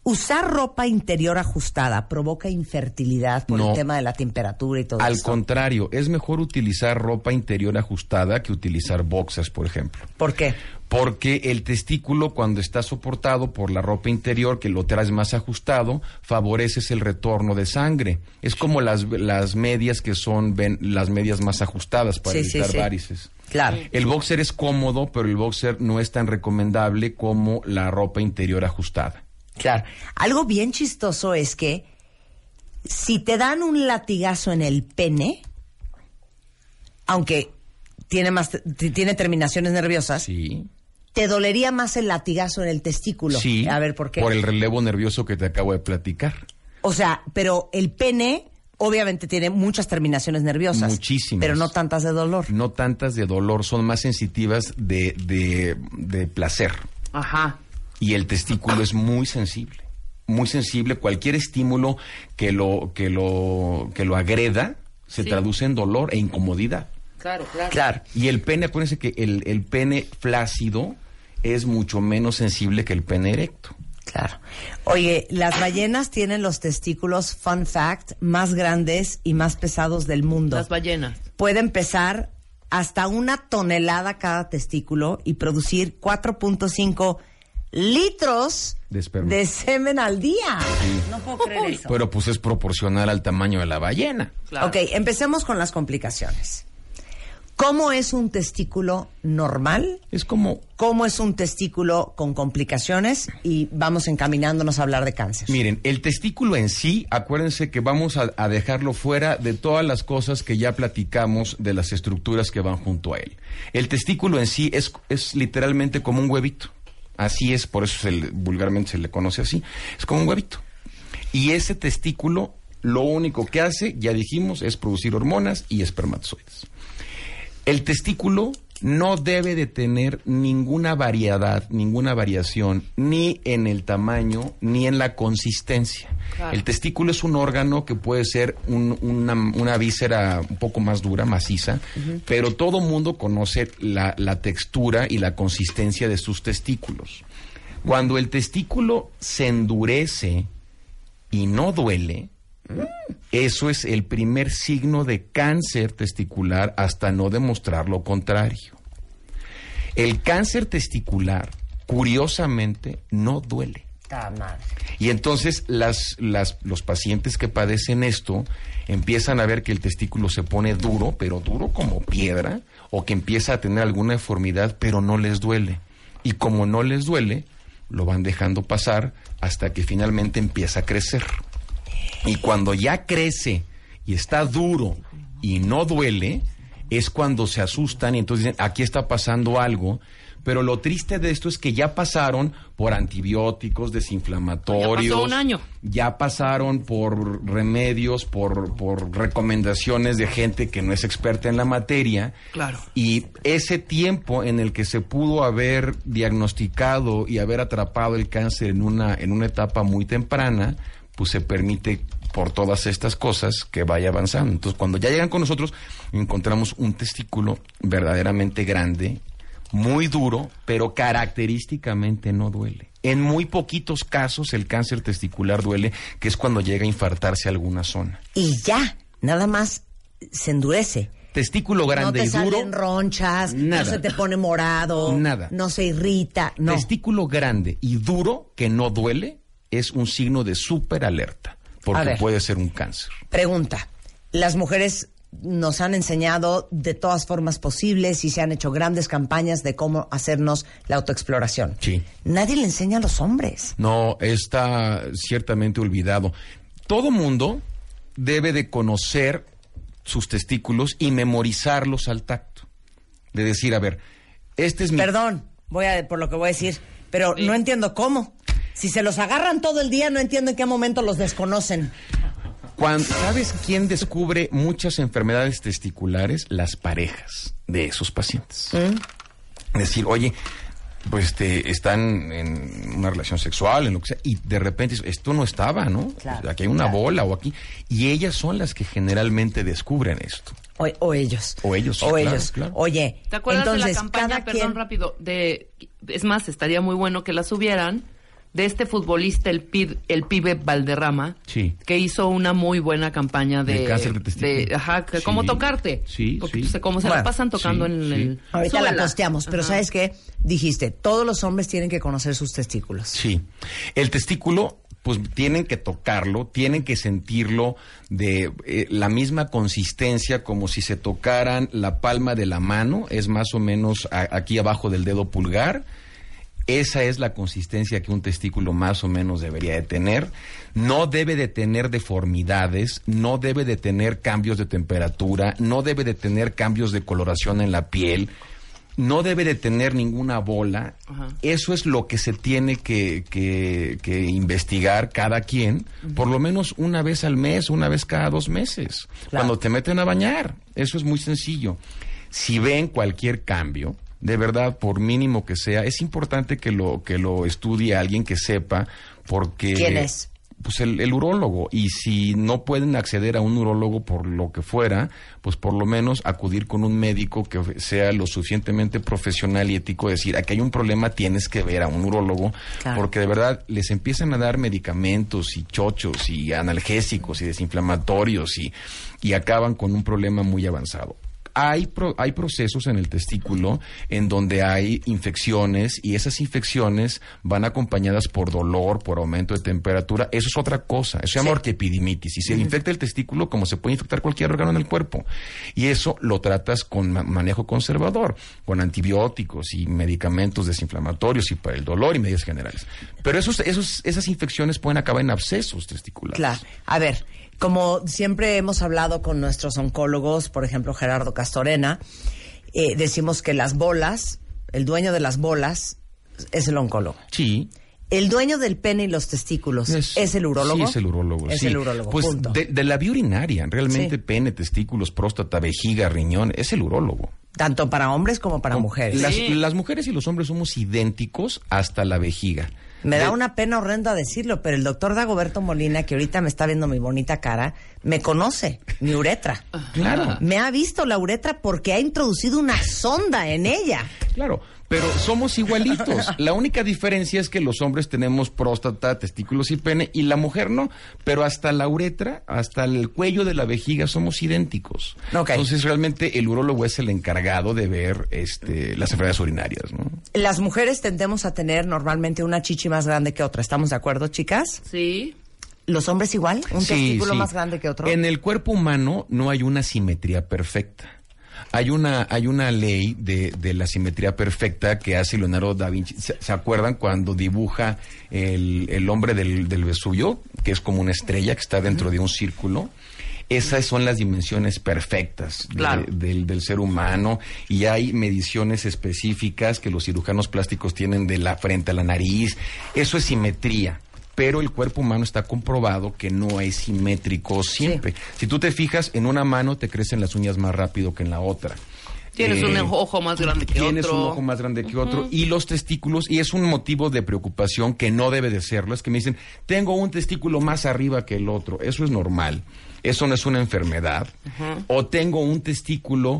¿Usar ropa interior ajustada provoca infertilidad por No. el tema de la temperatura y todo Al eso? contrario, es mejor utilizar ropa interior ajustada que utilizar boxers, por ejemplo. ¿Por qué? Porque el testículo, cuando está soportado por la ropa interior, que lo traes más ajustado, favoreces el retorno de sangre. Es como las, las medias que son ven, las medias más ajustadas para Sí, sí, evitar sí. varices. Claro. El boxer es cómodo, pero el boxer no es tan recomendable como la ropa interior ajustada. Claro. Algo bien chistoso es que si te dan un latigazo en el pene, aunque tiene más t- tiene terminaciones nerviosas, Sí. te dolería más el latigazo en el testículo. Sí. A ver, ¿por qué? Por el relevo nervioso que te acabo de platicar. O sea, pero el pene obviamente tiene muchas terminaciones nerviosas. Muchísimas. Pero no tantas de dolor. No tantas de dolor, son más sensitivas de, de, de placer. Ajá. Y el testículo es muy sensible, muy sensible. Cualquier estímulo que lo que lo que lo agreda se Sí. traduce en dolor e incomodidad. Claro, claro. Claro. Y el pene, acuérdense que el, el pene flácido es mucho menos sensible que el pene erecto. Claro. Oye, las ballenas tienen los testículos, fun fact, más grandes y más pesados del mundo. Las ballenas. Pueden pesar hasta una tonelada cada testículo y producir cuatro punto cinco litros De esperma. de semen al día. No puedo creer eso. Pero pues es proporcional al tamaño de la ballena. Claro. Ok, empecemos con las complicaciones. ¿Cómo es un testículo normal? Es como, ¿Cómo es un testículo con complicaciones? Y vamos encaminándonos a hablar de cáncer. miren, el testículo en sí, acuérdense que vamos a, a dejarlo fuera de todas las cosas que ya platicamos de las estructuras que van junto a él. El testículo en sí es, es literalmente como un huevito. Así es, por eso se le- vulgarmente se le conoce así. Es como un huevito. Y ese testículo, lo único que hace, ya dijimos, es producir hormonas y espermatozoides. El testículo no debe de tener ninguna variedad, ninguna variación, ni en el tamaño, ni en la consistencia. Claro. El testículo es un órgano que puede ser un- una, una víscera un poco más dura, maciza, pero todo mundo conoce la, la textura y la consistencia de sus testículos. Cuando el testículo se endurece y no duele, eso es el primer signo de cáncer testicular hasta no demostrar lo contrario. El cáncer testicular, curiosamente, no duele. Ah, madre. Y entonces las, las, los pacientes que padecen esto empiezan a ver que el testículo se pone duro, pero duro como piedra, o que empieza a tener alguna deformidad, pero no les duele. Y como no les duele, lo van dejando pasar hasta que finalmente empieza a crecer. Y cuando ya crece y está duro y no duele, es cuando se asustan y entonces dicen, aquí está pasando algo. Pero lo triste de esto es que ya pasaron por antibióticos, desinflamatorios. Ya pasó un año. Ya pasaron por remedios, por, por recomendaciones de gente que no es experta en la materia. Claro. Y ese tiempo en el que se pudo haber diagnosticado y haber atrapado el cáncer en una, en una etapa muy temprana, pues se permite por todas estas cosas que vaya avanzando. Entonces, cuando ya llegan con nosotros, encontramos un testículo verdaderamente grande, muy duro, pero característicamente no duele. En muy poquitos casos el cáncer testicular duele, que es cuando llega a infartarse alguna zona. Y ya, nada más se endurece. Testículo grande no te y duro. salen ronchas, nada. no se te pone morado, Nada. no se irrita, no. Testículo grande y duro que no duele es un signo de súper alerta, A porque ver. puede ser un cáncer. Pregunta, las mujeres nos han enseñado de todas formas posibles y se han hecho grandes campañas de cómo hacernos la autoexploración. Sí. Nadie le enseña a los hombres. No, está ciertamente olvidado. Todo mundo debe de conocer sus testículos y memorizarlos al tacto. De decir, a ver, este es mi... Perdón, voy a por lo que voy a decir, pero no entiendo cómo. Si se los agarran todo el día, no entiendo en qué momento los desconocen. Cuando, ¿sabes quién descubre muchas enfermedades testiculares? Las parejas de esos pacientes. ¿Mm? Decir, oye, pues este, están en una relación sexual, en lo que sea, y de repente esto no estaba, ¿no? Claro, aquí hay una claro. bola o aquí. Y ellas son las que generalmente descubren esto. O, o ellos. O ellos, sí, O claro, ellos. claro. Oye, ¿Te acuerdas entonces, de la campaña, cada perdón, quien... rápido, de... Es más, estaría muy bueno que la subieran, de este futbolista, el, pib, el pibe Valderrama, sí. que hizo una muy buena campaña de... de cáncer de testículo. De, ajá, que sí. cómo tocarte. Sí, Porque sí. se, como se bueno, la pasan tocando sí, en sí. el... Ahorita Súbela. la posteamos, pero Ajá. ¿sabes qué? Dijiste, todos los hombres tienen que conocer sus testículos. Sí. El testículo, pues tienen que tocarlo, tienen que sentirlo de eh, la misma consistencia como si se tocaran la palma de la mano, es más o menos a, aquí abajo del dedo pulgar. Esa es la consistencia que un testículo más o menos debería de tener. No debe de tener deformidades, no debe de tener cambios de temperatura, no debe de tener cambios de coloración en la piel, no debe de tener ninguna bola. Ajá. Eso es lo que se tiene que, que, que investigar cada quien, uh-huh. por lo menos una vez al mes, una vez cada dos meses, claro. cuando te meten a bañar. Eso es muy sencillo. Si ven cualquier cambio, de verdad, por mínimo que sea, es importante que lo que lo estudie alguien que sepa, porque... ¿Quién es? Pues el, el urólogo. Y si no pueden acceder a un urólogo por lo que fuera, pues por lo menos acudir con un médico que sea lo suficientemente profesional y ético, decir, aquí hay un problema, tienes que ver a un urólogo, claro. porque de verdad les empiezan a dar medicamentos y chochos y analgésicos y desinflamatorios y, y acaban con un problema muy avanzado. Hay, pro, hay procesos en el testículo en donde hay infecciones y esas infecciones van acompañadas por dolor, por aumento de temperatura. Eso es otra cosa. Eso se llama sí. orquiepididimitis. Y se uh-huh. infecta el testículo como se puede infectar cualquier órgano en el cuerpo. Y eso lo tratas con ma- manejo conservador, con antibióticos y medicamentos desinflamatorios y para el dolor y medidas generales. Pero esos, esos, esas infecciones pueden acabar en abscesos testiculares. Claro. A ver, como siempre hemos hablado con nuestros oncólogos, por ejemplo, Gerardo Castorena, eh, decimos que las bolas, el dueño de las bolas es el oncólogo. Sí. El dueño del pene y los testículos es, ¿es el urólogo? Sí, es el urólogo. Es sí. el urólogo, pues punto. De, de la vía urinaria, realmente sí. pene, testículos, próstata, vejiga, riñón, es el urólogo. Tanto para hombres como para mujeres. Las, sí. las mujeres y los hombres somos idénticos hasta la vejiga. Me da de... una pena horrenda decirlo, pero el doctor Dagoberto Molina, que ahorita me está viendo mi bonita cara, me conoce, mi uretra. Claro. Me ha visto la uretra porque ha introducido una sonda en ella. Claro, pero somos igualitos. La única diferencia es que los hombres tenemos próstata, testículos y pene, y la mujer no. Pero hasta la uretra, hasta el cuello de la vejiga somos idénticos. Okay. Entonces, realmente, el urólogo es el encargado de ver este, las enfermedades urinarias, ¿no? Las mujeres tendemos a tener normalmente una chichi más grande que otra. ¿Estamos de acuerdo, chicas? Sí. ¿Los hombres igual? ¿Un sí, testículo sí. más grande que otro? En el cuerpo humano no hay una simetría perfecta. Hay una hay una ley de, de la simetría perfecta que hace Leonardo da Vinci. ¿Se, ¿se acuerdan cuando dibuja el, el hombre del, del Vesubio, que es como una estrella que está dentro uh-huh. de un círculo? Esas son las dimensiones perfectas de, claro. del, del ser humano, y hay mediciones específicas que los cirujanos plásticos tienen de la frente a la nariz. Eso es simetría. Pero el cuerpo humano está comprobado que no es simétrico siempre. Sí. Si tú te fijas, en una mano te crecen las uñas más rápido que en la otra. Tienes eh, un ojo más grande que tienes otro. Tienes un ojo más grande que otro. Uh-huh. Y los testículos, y es un motivo de preocupación que no debe de serlo, es que me dicen, tengo un testículo más arriba que el otro. Eso es normal. Eso no es una enfermedad. Uh-huh. O tengo un testículo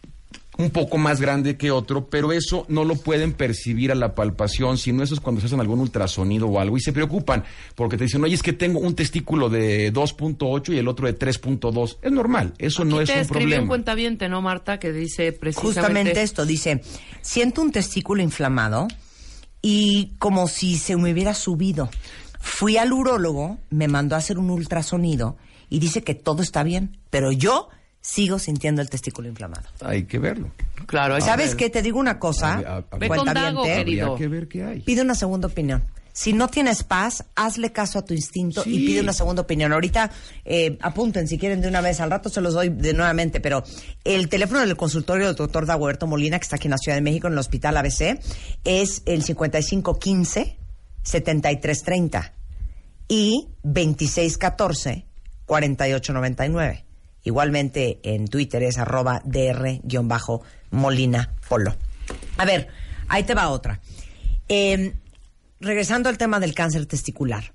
un poco más grande que otro, pero eso no lo pueden percibir a la palpación, sino eso es cuando se hacen algún ultrasonido o algo, y se preocupan, porque te dicen, oye, es que tengo un testículo de dos punto ocho y el otro de tres punto dos. Es normal, eso Aquí no es un te problema. un cuentaviente, ¿no, Marta? Que dice precisamente... Justamente esto, dice, siento un testículo inflamado y como si se me hubiera subido. Fui al urólogo, me mandó a hacer un ultrasonido y dice que todo está bien, pero yo... sigo sintiendo el testículo inflamado. Hay que verlo. Claro. Hay ¿Sabes que qué? Te digo una cosa. A, a, a, Ve con Dago, querido. Habría que ver qué hay. Pide una segunda opinión. Si no tienes paz, hazle caso a tu instinto sí. y pide una segunda opinión. Ahorita eh, apunten si quieren de una vez. Al rato se los doy de nuevamente. Pero el teléfono del consultorio del doctor Dagoberto Molina, que está aquí en la Ciudad de México, en el Hospital A B C, es el cincuenta y cinco quince, setenta y tres treinta y veintiséis catorce, cuarenta y ocho noventa y nueve. Igualmente en Twitter es arroba dr-molina polo. A ver, ahí te va otra. Eh, regresando al tema del cáncer testicular.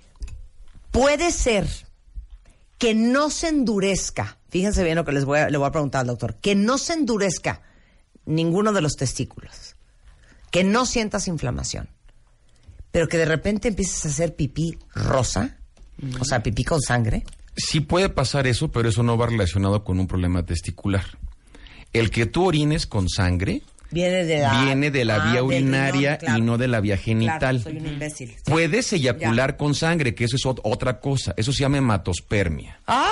Puede ser que no se endurezca, fíjense bien lo que les voy a, le voy a preguntar al doctor, que no se endurezca ninguno de los testículos, que no sientas inflamación, pero que de repente empieces a hacer pipí rosa, mm. o sea, pipí con sangre. Sí puede pasar eso, pero eso no va relacionado con un problema testicular. El que tú orines con sangre viene de la, viene de la ah, vía urinaria riñón, claro. y no de la vía genital. Claro, soy un imbécil. Sí. Puedes eyacular ya. con sangre, que eso es ot- otra cosa. Eso se llama hematospermia. ¡Ah!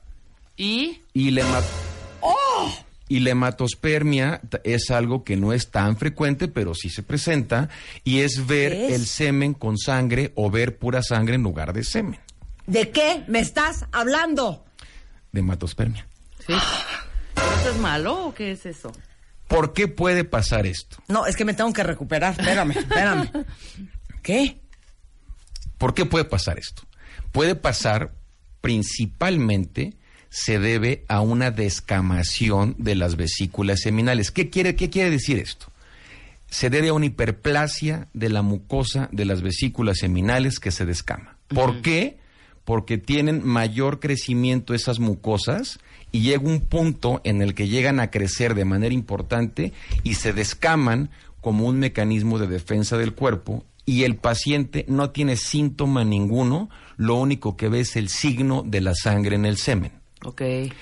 ¿Y? Y la, hemat- ¡Oh! y la hematospermia es algo que no es tan frecuente, pero sí se presenta, y es ver ¿Es? el semen con sangre o ver pura sangre en lugar de semen. ¿De qué me estás hablando? De hematospermia. Sí. ¿Esto es malo o qué es eso? ¿Por qué puede pasar esto? No, es que me tengo que recuperar. Espérame, espérame. ¿Qué? ¿Por qué puede pasar esto? Puede pasar principalmente, se debe a una descamación de las vesículas seminales. ¿Qué quiere, qué quiere decir esto? Se debe a una hiperplasia de la mucosa de las vesículas seminales que se descama. ¿Por uh-huh. qué? Porque tienen mayor crecimiento esas mucosas y llega un punto en el que llegan a crecer de manera importante y se descaman como un mecanismo de defensa del cuerpo, y el paciente no tiene síntoma ninguno, lo único que ve es el signo de la sangre en el semen. Ok.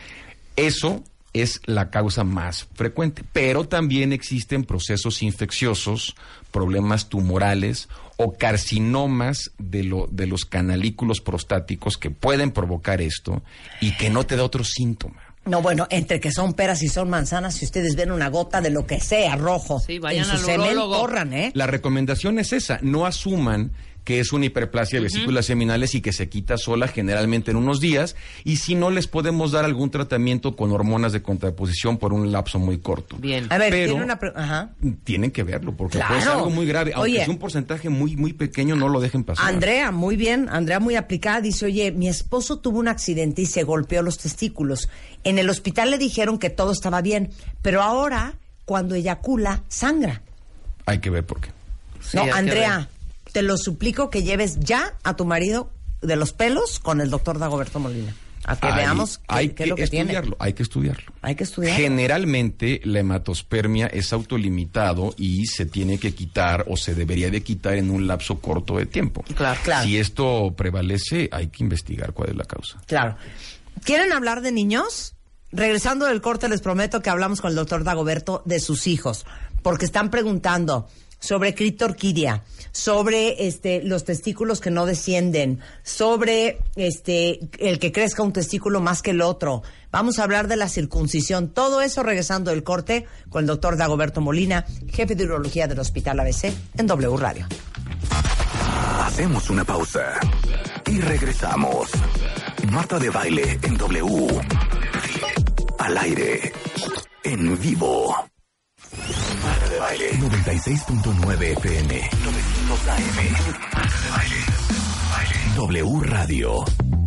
Eso es la causa más frecuente, pero también existen procesos infecciosos, problemas tumorales o carcinomas de, lo, de los canalículos prostáticos que pueden provocar esto y que no te da otro síntoma. No, bueno, entre que son peras y son manzanas, si ustedes ven una gota de lo que sea rojo sí, vayan en su al semen, urólogo. corran, ¿eh? La recomendación es esa, no asuman que es una hiperplasia de uh-huh. vesículas seminales y que se quita sola generalmente en unos días, y si no, les podemos dar algún tratamiento con hormonas de contraposición por un lapso muy corto. Bien. A ver, pero tiene una pre- Ajá. tienen que verlo, porque Claro. puede ser algo muy grave, aunque Oye, es un porcentaje muy muy pequeño, no lo dejen pasar. Andrea, muy bien, Andrea muy aplicada, dice, oye, mi esposo tuvo un accidente y se golpeó los testículos. En el hospital le dijeron que todo estaba bien, pero ahora, cuando eyacula, sangra. Hay que ver por qué. Sí, no, hay que Andrea, ver. te lo suplico que lleves ya a tu marido de los pelos con el doctor Dagoberto Molina. A que hay, veamos qué, hay qué que es lo que estudiarlo, tiene. hay que estudiarlo. Hay que estudiarlo. Generalmente la hematospermia es autolimitado y se tiene que quitar o se debería de quitar en un lapso corto de tiempo. Claro, claro. Si esto prevalece, hay que investigar cuál es la causa. Claro. ¿Quieren hablar de niños? Regresando del corte, les prometo que hablamos con el doctor Dagoberto de sus hijos, porque están preguntando sobre criptorquidia, sobre este los testículos que no descienden, sobre este el que crezca un testículo más que el otro. Vamos a hablar de la circuncisión. Todo eso regresando del corte con el doctor Dagoberto Molina, jefe de urología del Hospital A B C en W Radio. Hacemos una pausa y regresamos. Marta de Baile en W. Al aire. En vivo. Marta de Baile. noventa y seis punto nueve F M. novecientos A M. Marta de Baile. W Radio.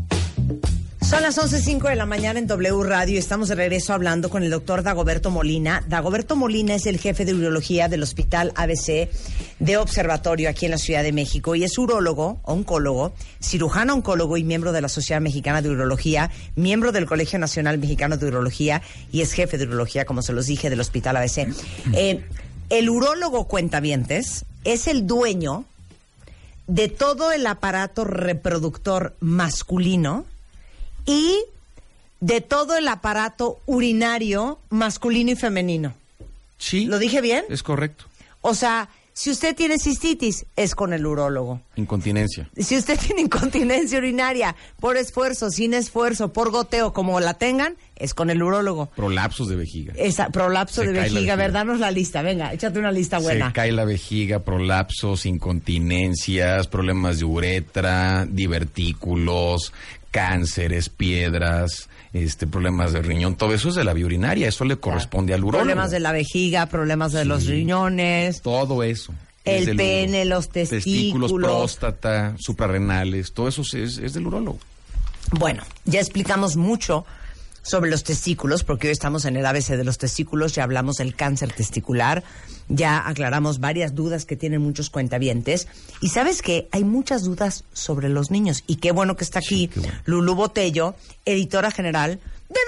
Son las once cinco de la mañana en W Radio y estamos de regreso hablando con el doctor Dagoberto Molina. Dagoberto Molina es el jefe de urología del Hospital A B C de Observatorio aquí en la Ciudad de México y es urólogo, oncólogo, cirujano oncólogo y miembro de la Sociedad Mexicana de Urología, miembro del Colegio Nacional Mexicano de Urología y es jefe de urología, como se los dije, del Hospital A B C. Eh, el urólogo cuentavientes es el dueño de todo el aparato reproductor masculino y de todo el aparato urinario masculino y femenino. Sí. ¿Lo dije bien? Es correcto. O sea, si usted tiene cistitis, es con el urólogo. Incontinencia. Si usted tiene incontinencia urinaria, por esfuerzo, sin esfuerzo, por goteo, como la tengan, es con el urólogo. Prolapsos de vejiga. Esa, prolapso Se de cae la vejiga. vejiga. A ver, danos la lista. Venga, échate una lista buena. Se cae la vejiga, prolapsos, incontinencias, problemas de uretra, divertículos, cánceres, piedras, este, problemas de riñón, todo eso es de la vía urinaria, eso le corresponde al urólogo. Problemas de la vejiga, problemas de Sí. los riñones. Todo eso. es El del pene, urólogo. los testículos. Testículos, próstata, suprarrenales, todo eso es, es del urólogo. Bueno, ya explicamos mucho sobre los testículos, porque hoy estamos en el A B C de los testículos, ya hablamos del cáncer testicular, ya aclaramos varias dudas que tienen muchos cuentavientes. Y ¿sabes qué? Hay muchas dudas sobre los niños. Y qué bueno que está aquí Sí, qué bueno. Lulú Botello, editora general de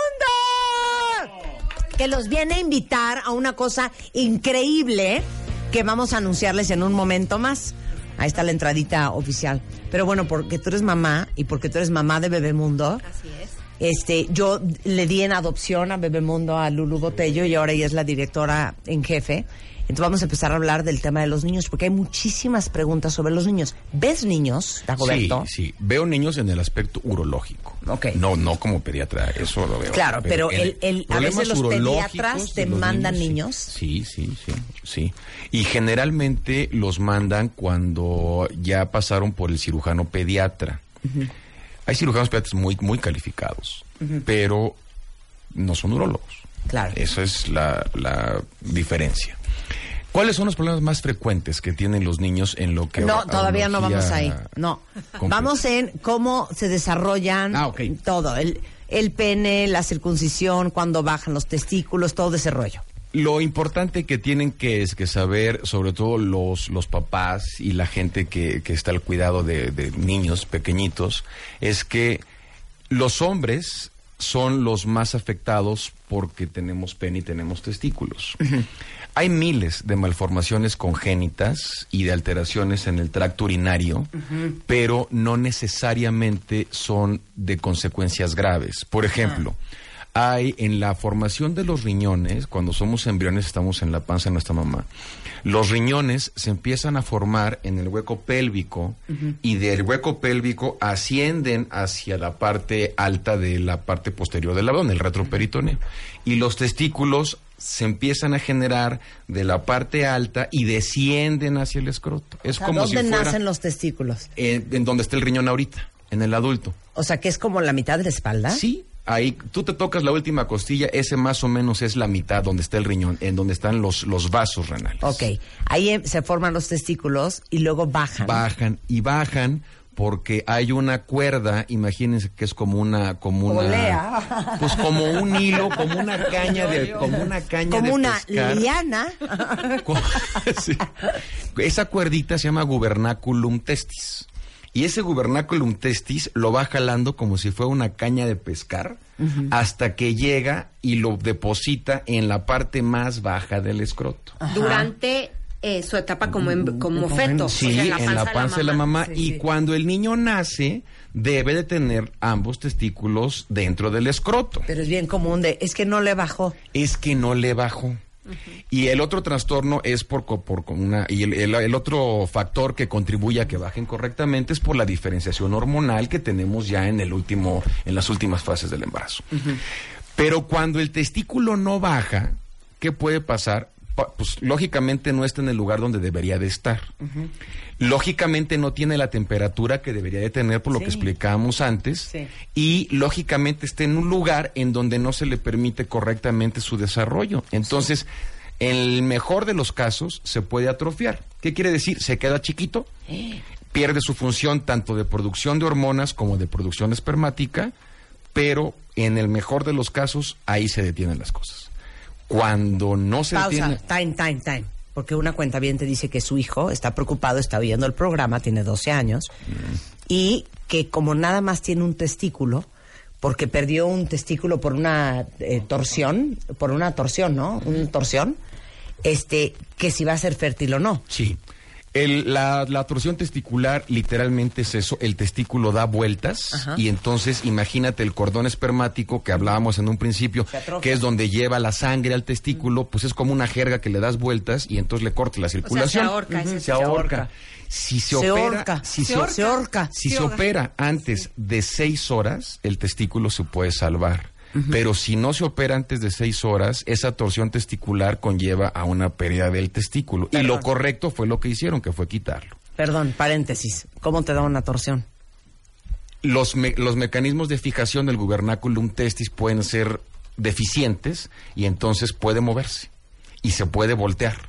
Bebemundo, que los viene a invitar a una cosa increíble que vamos a anunciarles en un momento más. Ahí está la entradita oficial. Pero bueno, porque tú eres mamá y porque tú eres mamá de Bebemundo. Así es. Este, yo le di en adopción a Bebemundo a Lulu Botello y ahora ella es la directora en jefe. Entonces vamos a empezar a hablar del tema de los niños, porque hay muchísimas preguntas sobre los niños. ¿Ves niños, Dagoberto? Sí, sí. Veo niños en el aspecto urológico. Ok. No, no como pediatra, eso lo veo. Claro, pero, pero el, el, a veces los urológicos pediatras te los mandan niños. Sí, sí, sí, sí. Y generalmente los mandan cuando ya pasaron por el cirujano pediatra. Uh-huh. Hay cirujanos pediatras muy, muy calificados, uh-huh. pero no son urólogos. Claro. Esa es la, la diferencia. ¿Cuáles son los problemas más frecuentes que tienen los niños en lo que... No, todavía no vamos ahí. No. Completa. Vamos en cómo se desarrollan ah, okay. todo. El, el pene, la circuncisión, cuándo bajan los testículos, todo ese rollo. Lo importante que tienen que es que saber, sobre todo los, los papás y la gente que, que está al cuidado de, de niños pequeñitos, es que los hombres son los más afectados porque tenemos pene y tenemos testículos. Uh-huh. Hay miles de malformaciones congénitas y de alteraciones en el tracto urinario, uh-huh. pero no necesariamente son de consecuencias graves. Por ejemplo, uh-huh. hay en la formación de los riñones, cuando somos embriones, estamos en la panza de nuestra mamá, los riñones se empiezan a formar en el hueco pélvico uh-huh. y del hueco pélvico ascienden hacia la parte alta de la parte posterior del abdomen, el retroperitoneo. Y los testículos se empiezan a generar de la parte alta y descienden hacia el escroto. Es o sea, como ¿dónde si fuera, nacen los testículos? En, en donde está el riñón ahorita, en el adulto. O sea, que es como la mitad de la espalda. Sí. Ahí, tú te tocas la última costilla, ese más o menos es la mitad donde está el riñón, en donde están los, los vasos renales. Ok, ahí se forman los testículos y luego bajan. Bajan y bajan porque hay una cuerda, imagínense que es como una... como una Olea. Pues como un hilo, como una caña de... como una caña como de una pescar. liana. Sí. Esa cuerdita se llama gubernaculum testis. Y ese gubernaculum testis lo va jalando como si fuera una caña de pescar uh-huh. hasta que llega y lo deposita en la parte más baja del escroto. Ajá. Durante eh, su etapa como, en, como feto. Sí, o sea, en la panza, en la panza de la mamá. De la mamá. Sí, y sí. cuando el niño nace, debe de tener ambos testículos dentro del escroto. Pero es bien común de, es que no le bajó. Es que no le bajó. Uh-huh. Y el otro trastorno es por, por una y el, el, el otro factor que contribuye a que bajen correctamente es por la diferenciación hormonal que tenemos ya en el último en las últimas fases del embarazo. Uh-huh. Pero cuando el testículo no baja, ¿qué puede pasar? Pues lógicamente no está en el lugar donde debería de estar. Uh-huh. Lógicamente no tiene la temperatura que debería de tener por lo sí. que explicábamos antes. Sí. Y lógicamente está en un lugar en donde no se le permite correctamente su desarrollo. Entonces, sí. en el mejor de los casos se puede atrofiar. ¿Qué quiere decir? Se queda chiquito, eh. pierde su función tanto de producción de hormonas como de producción espermática, pero en el mejor de los casos ahí se detienen las cosas. Cuando no se Pausa, detiene... time, time, time. Porque una cuentaviente dice que su hijo está preocupado, está viendo el programa, tiene doce años, mm. y que como nada más tiene un testículo, porque perdió un testículo por una eh, torsión, por una torsión, ¿no? Una torsión, este, que si va a ser fértil o no. Sí. El, la, la torsión testicular literalmente es eso, el testículo da vueltas. Ajá. Y entonces imagínate el cordón espermático que hablábamos en un principio, que es donde lleva la sangre al testículo, pues es como una jerga que le das vueltas y entonces le corta la circulación. O sea, se ahorca. Uh-huh. Se, se ahorca. Si se, se opera, orca. Si se, se, orca. se orca. Si se, se opera antes sí. de seis horas, el testículo se puede salvar. Uh-huh. Pero si no se opera antes de seis horas, esa torsión testicular conlleva a una pérdida del testículo. Perdón. Y lo correcto fue lo que hicieron, que fue quitarlo. Perdón, paréntesis. ¿Cómo te da una torsión? Los, me, los mecanismos de fijación del gubernaculum testis pueden ser deficientes y entonces puede moverse y se puede voltear.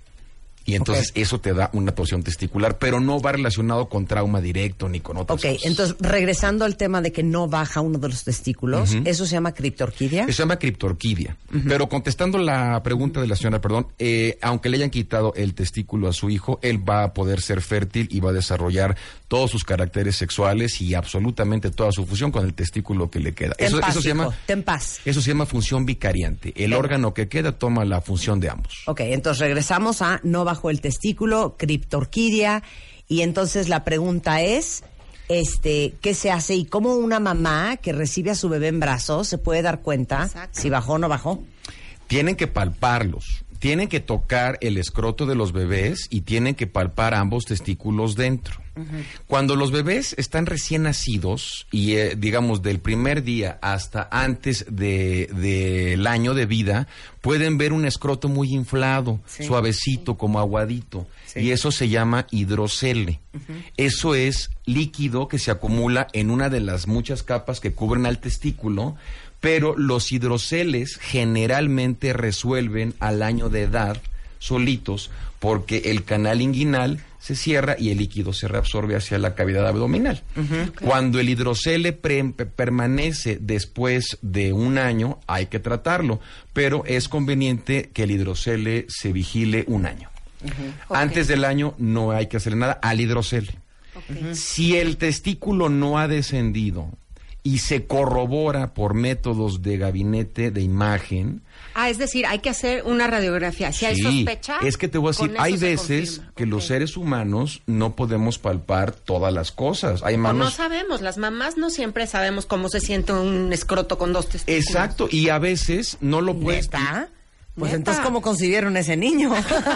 Y entonces okay. eso te da una torsión testicular, pero no va relacionado con trauma directo ni con otras okay. cosas. Entonces, regresando al tema de que no baja uno de los testículos, uh-huh. ¿eso se llama criptorquidia? Eso se llama criptorquidia. Uh-huh. Pero contestando la pregunta de la señora, perdón, eh, aunque le hayan quitado el testículo a su hijo, él va a poder ser fértil y va a desarrollar todos sus caracteres sexuales y absolutamente toda su función con el testículo que le queda. Ten eso, paz, eso se hijo, llama, ten paz. Eso se llama función vicariante. El Bien. órgano que queda toma la función de ambos. Ok, entonces regresamos a no bajo el testículo, criptorquidia, Y entonces la pregunta es, este, ¿qué se hace? Y cómo una mamá que recibe a su bebé en brazos se puede dar cuenta Exacto. si bajó o no bajó. Tienen que palparlos. Tienen que tocar el escroto de los bebés y tienen que palpar ambos testículos dentro. Uh-huh. Cuando los bebés están recién nacidos y eh, digamos del primer día hasta antes de, de el año de vida, pueden ver un escroto muy inflado, sí. suavecito, sí. como aguadito. Sí. Y eso se llama hidrocele. Uh-huh. Eso es líquido que se acumula en una de las muchas capas que cubren al testículo. Pero los hidroceles generalmente resuelven al año de edad solitos porque el canal inguinal se cierra y el líquido se reabsorbe hacia la cavidad abdominal. Uh-huh. Okay. Cuando el hidrocele pre- permanece después de un año, hay que tratarlo, pero es conveniente que el hidrocele se vigile un año. Uh-huh. Okay. Antes del año no hay que hacerle nada al hidrocele. Okay. Uh-huh. Si el testículo no ha descendido y se corrobora por métodos de gabinete de imagen. Ah, es decir, hay que hacer una radiografía. Si sí, hay sospecha. Es que te voy a decir, hay veces que okay. los seres humanos no podemos palpar todas las cosas. Hay manos... O no sabemos, las mamás no siempre sabemos cómo se siente un escroto con dos testículos. Exacto, y a veces no lo puedes... ¿Neta? Pues ¿Neta? Entonces, ¿cómo concibieron ese niño?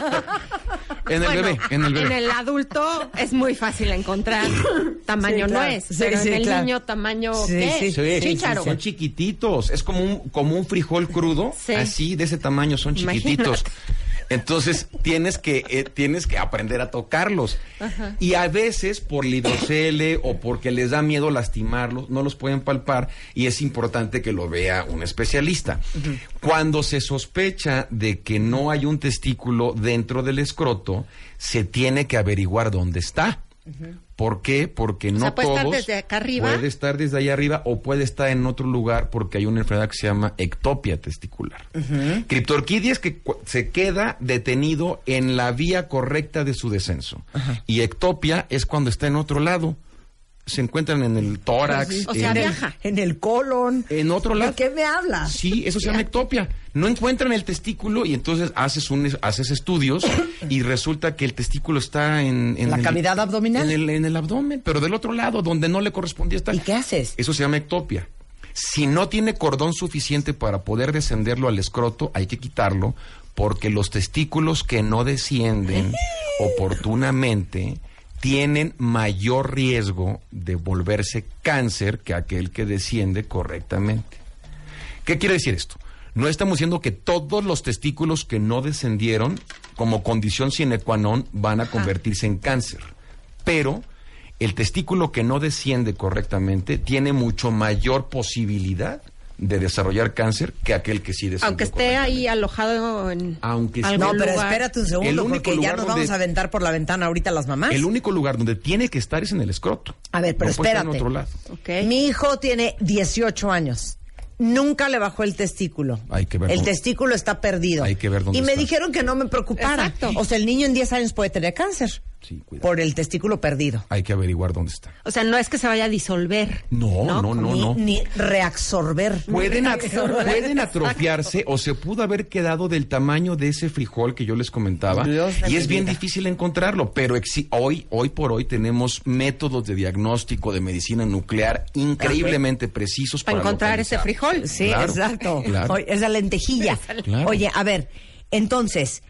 En el bueno, bebé, en el bebé. En el adulto es muy fácil encontrar. Tamaño sí, claro. no es, sí, pero sí, en el claro. niño tamaño sí, ¿qué? Sí, sí, Chícharo. Son chiquititos, es como un como un frijol crudo, sí. así de ese tamaño, son chiquititos. Imagínate. Entonces tienes que eh, tienes que aprender a tocarlos. Ajá. Y a veces por el hidrocele o porque les da miedo lastimarlos, no los pueden palpar y es importante que lo vea un especialista. Uh-huh. Cuando se sospecha de que no hay un testículo dentro del escroto, se tiene que averiguar dónde está. Uh-huh. ¿Por qué? Porque no o sea, puede todos... estar desde acá arriba. Puede estar desde allá arriba o puede estar en otro lugar porque hay una enfermedad que se llama ectopia testicular. Uh-huh. Criptorquidia es que cu- se queda detenido en la vía correcta de su descenso. Uh-huh. Y ectopia es cuando está en otro lado. Se encuentran en el tórax. Sí, o sea, en, viaja. En el colon. En otro lado. ¿De qué me hablas? Sí, eso se llama ectopia. No encuentran el testículo y entonces haces un haces estudios y resulta que el testículo está en... en ¿La el, cavidad abdominal? En el, en el abdomen, pero del otro lado, donde no le correspondía estar. ¿Y qué haces? Eso se llama ectopia. Si no tiene cordón suficiente para poder descenderlo al escroto, hay que quitarlo porque los testículos que no descienden oportunamente... tienen mayor riesgo de volverse cáncer que aquel que desciende correctamente. ¿Qué quiere decir esto? No estamos diciendo que todos los testículos que no descendieron, como condición sine qua non, van a convertirse en cáncer. Pero el testículo que no desciende correctamente tiene mucho mayor posibilidad de desarrollar cáncer que aquel que sí desciende. Aunque esté ahí alojado en Aunque algún No, pero lugar. espérate un segundo, porque ya nos vamos a aventar por la ventana ahorita las mamás. El único lugar donde tiene que estar es en el escroto. A ver, pero no puede estar espérate. en otro lado. Okay. Mi hijo tiene dieciocho años. Nunca le bajó el testículo. Hay que ver el dónde... testículo está perdido. Hay que ver dónde Y me está. dijeron que no me preocupara. Exacto. O sea, el niño en diez años puede tener cáncer. Sí, cuidado. Por el testículo perdido. Hay que averiguar dónde está. O sea, no es que se vaya a disolver. No, no, no, no. Ni, no. ni reabsorber. Pueden, at- Reabsorber. pueden atrofiarse o se pudo haber quedado del tamaño de ese frijol que yo les comentaba. Dios de y mi es bien vida. difícil encontrarlo, pero exi- hoy, hoy por hoy tenemos métodos de diagnóstico de medicina nuclear increíblemente precisos Para para encontrar ese localizar. frijol. Sí, Claro, exacto. claro. Oye, esa lentejilla. Claro. Oye, a ver, entonces,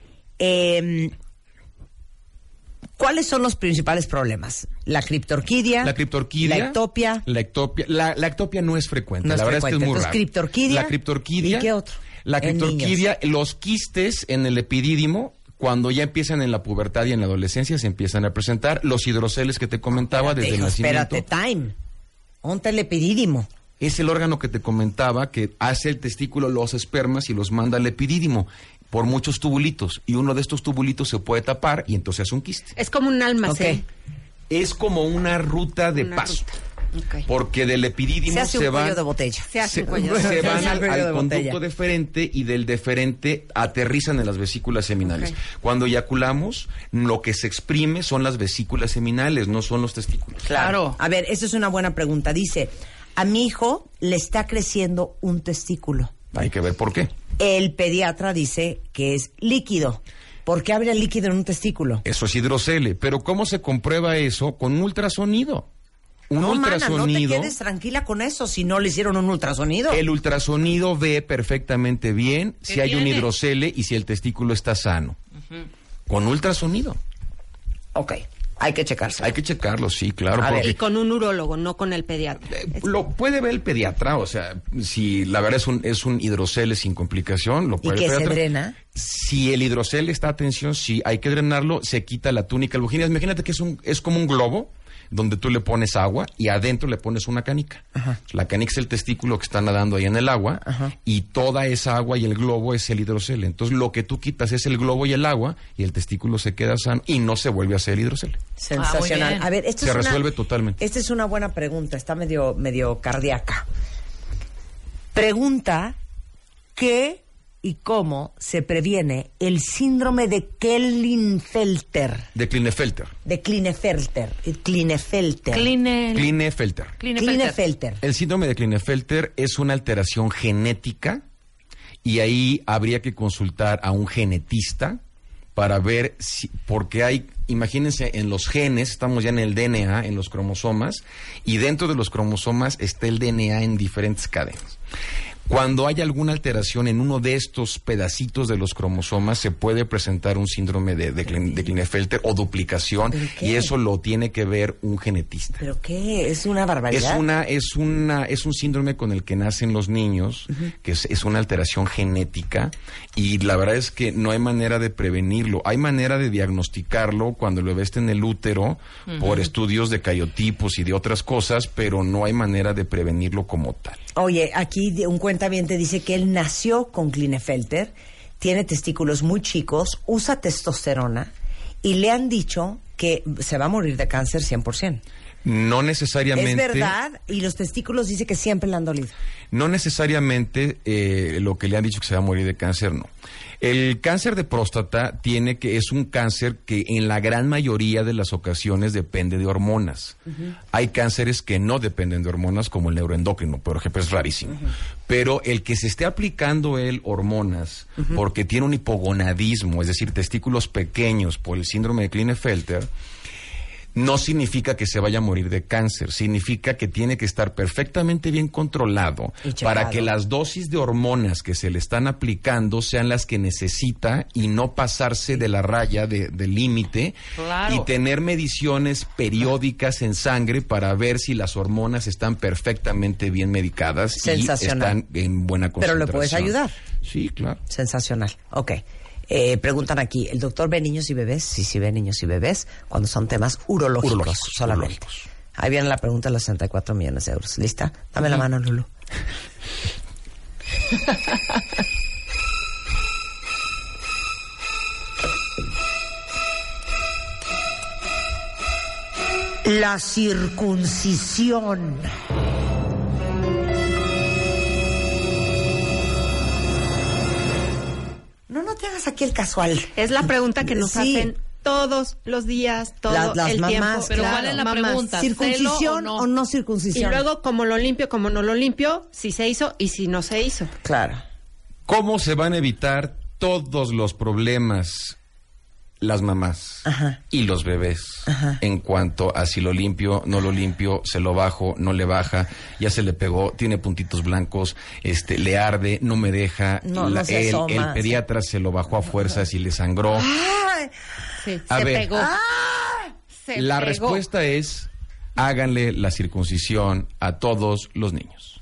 eh, ¿cuáles son los principales problemas? La criptorquidia. La criptorquidia. La ectopia. La ectopia. La, la ectopia no es frecuente. No es la verdad frecuente. es que es muy Entonces, raro. criptorquidia. La criptorquidia. ¿Y qué otro? La En criptorquidia, los quistes en el epidídimo, cuando ya empiezan en la pubertad y en la adolescencia, se empiezan a presentar. Los hidroceles que te comentaba Espérate, desde el hijo, nacimiento. Espérate, time. Onte el epidídimo. Es el órgano que te comentaba que hace el testículo, los espermas y los manda al epidídimo por muchos tubulitos. Y uno de estos tubulitos se puede tapar y entonces hace un quiste. Es como un almacén. Ok. Es como una ruta de Una paso. ruta. Okay. Porque del epidídimo Se hace se un van... cuello de botella. Se hace se, un cuello de se botella. van Se hace al, un cuello al de conducto botella. deferente y del deferente aterrizan en las vesículas seminales. Okay. Cuando eyaculamos, lo que se exprime son las vesículas seminales, no son los testículos. Claro. A ver, esa es una buena pregunta. Dice, a mi hijo le está creciendo un testículo. Hay que ver por qué. El pediatra dice que es líquido. ¿Por qué habría líquido en un testículo? Eso es hidrocele. Pero ¿cómo se comprueba eso? Con un ultrasonido. Un no, ultrasonido. Mana, no te quedes tranquila con eso si no le hicieron un ultrasonido. El ultrasonido ve perfectamente bien si hay un hidrocele y si el testículo está sano. Uh-huh. Con ultrasonido. Ok. Hay que checarse. Hay que checarlo, sí, claro. A ver, y con un urólogo, no con el pediatra. Eh, lo puede ver el pediatra, o sea, si la verdad es un es un hidrocele sin complicación, lo puede ver. ¿Y que se drena? Si el hidrocele está a tensión, sí, hay que drenarlo, se quita la túnica albuginia. Imagínate que es un es como un globo donde tú le pones agua y adentro le pones una canica. Ajá. La canica es el testículo que está nadando ahí en el agua. Ajá. Y toda esa agua y el globo es el hidrocele. Entonces lo que tú quitas es el globo y el agua y el testículo se queda sano y no se vuelve a hacer el hidrocele. Sensacional. Ah, a ver, esto se es resuelve una, totalmente. Esta es una buena pregunta, está medio, medio cardíaca. Pregunta, ¿qué y cómo se previene el síndrome de Klinefelter? De Klinefelter. De Klinefelter. Klinefelter. Kline... Klinefelter. Klinefelter. El síndrome de Klinefelter es una alteración genética y ahí habría que consultar a un genetista para ver si, porque hay, imagínense, en los genes, estamos ya en el D N A, en los cromosomas, y dentro de los cromosomas está el D N A en diferentes cadenas. Cuando hay alguna alteración en uno de estos pedacitos de los cromosomas, se puede presentar un síndrome de, de, de Klinefelter o duplicación, y eso lo tiene que ver un genetista. ¿Pero qué? ¿Es una barbaridad? Es una, es una, es un síndrome con el que nacen los niños, uh-huh. que es, es una alteración genética, y la verdad es que no hay manera de prevenirlo. Hay manera de diagnosticarlo cuando lo ves en el útero, uh-huh. por estudios de cariotipos y de otras cosas, pero no hay manera de prevenirlo como tal. Oye, aquí un cuentaviente dice que él nació con Klinefelter, tiene testículos muy chicos, usa testosterona y le han dicho que se va a morir de cáncer cien por ciento. No necesariamente. Es verdad, y los testículos dice que siempre le han dolido. No necesariamente eh, lo que le han dicho que se va a morir de cáncer, no. El cáncer de próstata tiene que es un cáncer que en la gran mayoría de las ocasiones depende de hormonas. Uh-huh. Hay cánceres que no dependen de hormonas, como el neuroendocrino, por ejemplo, es rarísimo. Uh-huh. Pero el que se esté aplicando él hormonas uh-huh. porque tiene un hipogonadismo, es decir, testículos pequeños por el síndrome de Klinefelter, no significa que se vaya a morir de cáncer, significa que tiene que estar perfectamente bien controlado para que las dosis de hormonas que se le están aplicando sean las que necesita y no pasarse de la raya de, del límite, claro. y tener mediciones periódicas en sangre para ver si las hormonas están perfectamente bien medicadas y están en buena concentración. Pero le puedes ayudar. Sí, claro. Sensacional. Ok. Eh, preguntan aquí, ¿el doctor ve niños y bebés? Sí, sí ve niños y bebés cuando son temas urológicos, urológicos solamente. Urológicos. Ahí viene la pregunta de los sesenta y cuatro millones de euros. ¿Lista? Dame uh-huh. la mano, Lulu. La circuncisión. No, no te hagas aquí el casual. Es la pregunta que nos sí. hacen todos los días, todo las, las el mamás, tiempo. Pero claro. ¿cuál es la mamás. pregunta? ¿Circuncisión o no? o no circuncisión? Y luego, como lo limpio, como no lo limpio, si se hizo y si no se hizo. Claro. ¿Cómo se van a evitar todos los problemas las mamás Ajá. y los bebés Ajá. en cuanto a si lo limpio, no lo limpio, se lo bajo, no le baja, ya se le pegó, tiene puntitos blancos, este, le arde, no me deja, no, la, no se el, asoma, el pediatra sí. se lo bajó a fuerzas y le sangró. Ay, sí, a se ver, pegó. Ah, se la pegó. respuesta es, háganle la circuncisión a todos los niños.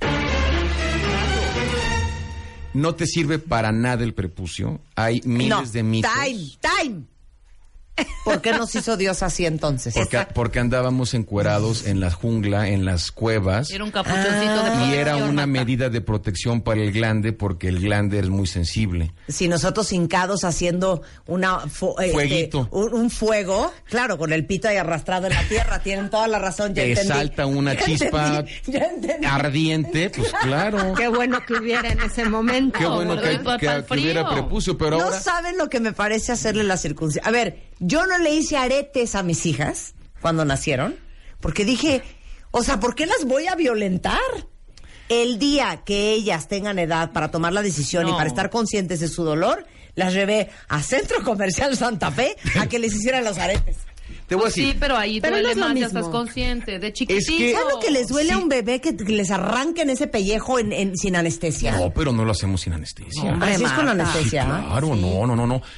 No te sirve para nada el prepucio, hay miles no, de mitos. Time, time. ¿Por qué nos hizo Dios así entonces? Porque, porque andábamos encuerados en la jungla, en las cuevas. Era un capuchoncito ah, de protección. Y era una medida de protección para el glande porque el glande es muy sensible. Si nosotros hincados haciendo una fu- Fueguito. Este, un, un fuego, claro, con el pito ahí arrastrado en la tierra, tienen toda la razón, ya Te entendí. salta una ya chispa entendí, ya entendí. ardiente, pues claro. Qué bueno que hubiera en ese momento. Qué bueno que, que, que hubiera prepucio, pero no ahora... saben lo que me parece hacerle la circuncisión. A ver, yo no le hice aretes a mis hijas cuando nacieron, porque dije, o sea, ¿por qué las voy a violentar? El día que ellas tengan edad para tomar la decisión no. y para estar conscientes de su dolor, las llevé a Centro Comercial Santa Fe a que les hicieran los aretes. Te voy a decir. Sí, pero ahí pero duele no es más, ya estás consciente. De chiquitito. Es que, ¿sabes lo que les duele sí. a un bebé que, que les arranquen ese pellejo en, en, sin anestesia? No, pero no lo hacemos sin anestesia. No, Así es con anestesia. Sí, claro, sí. no, no, no, no.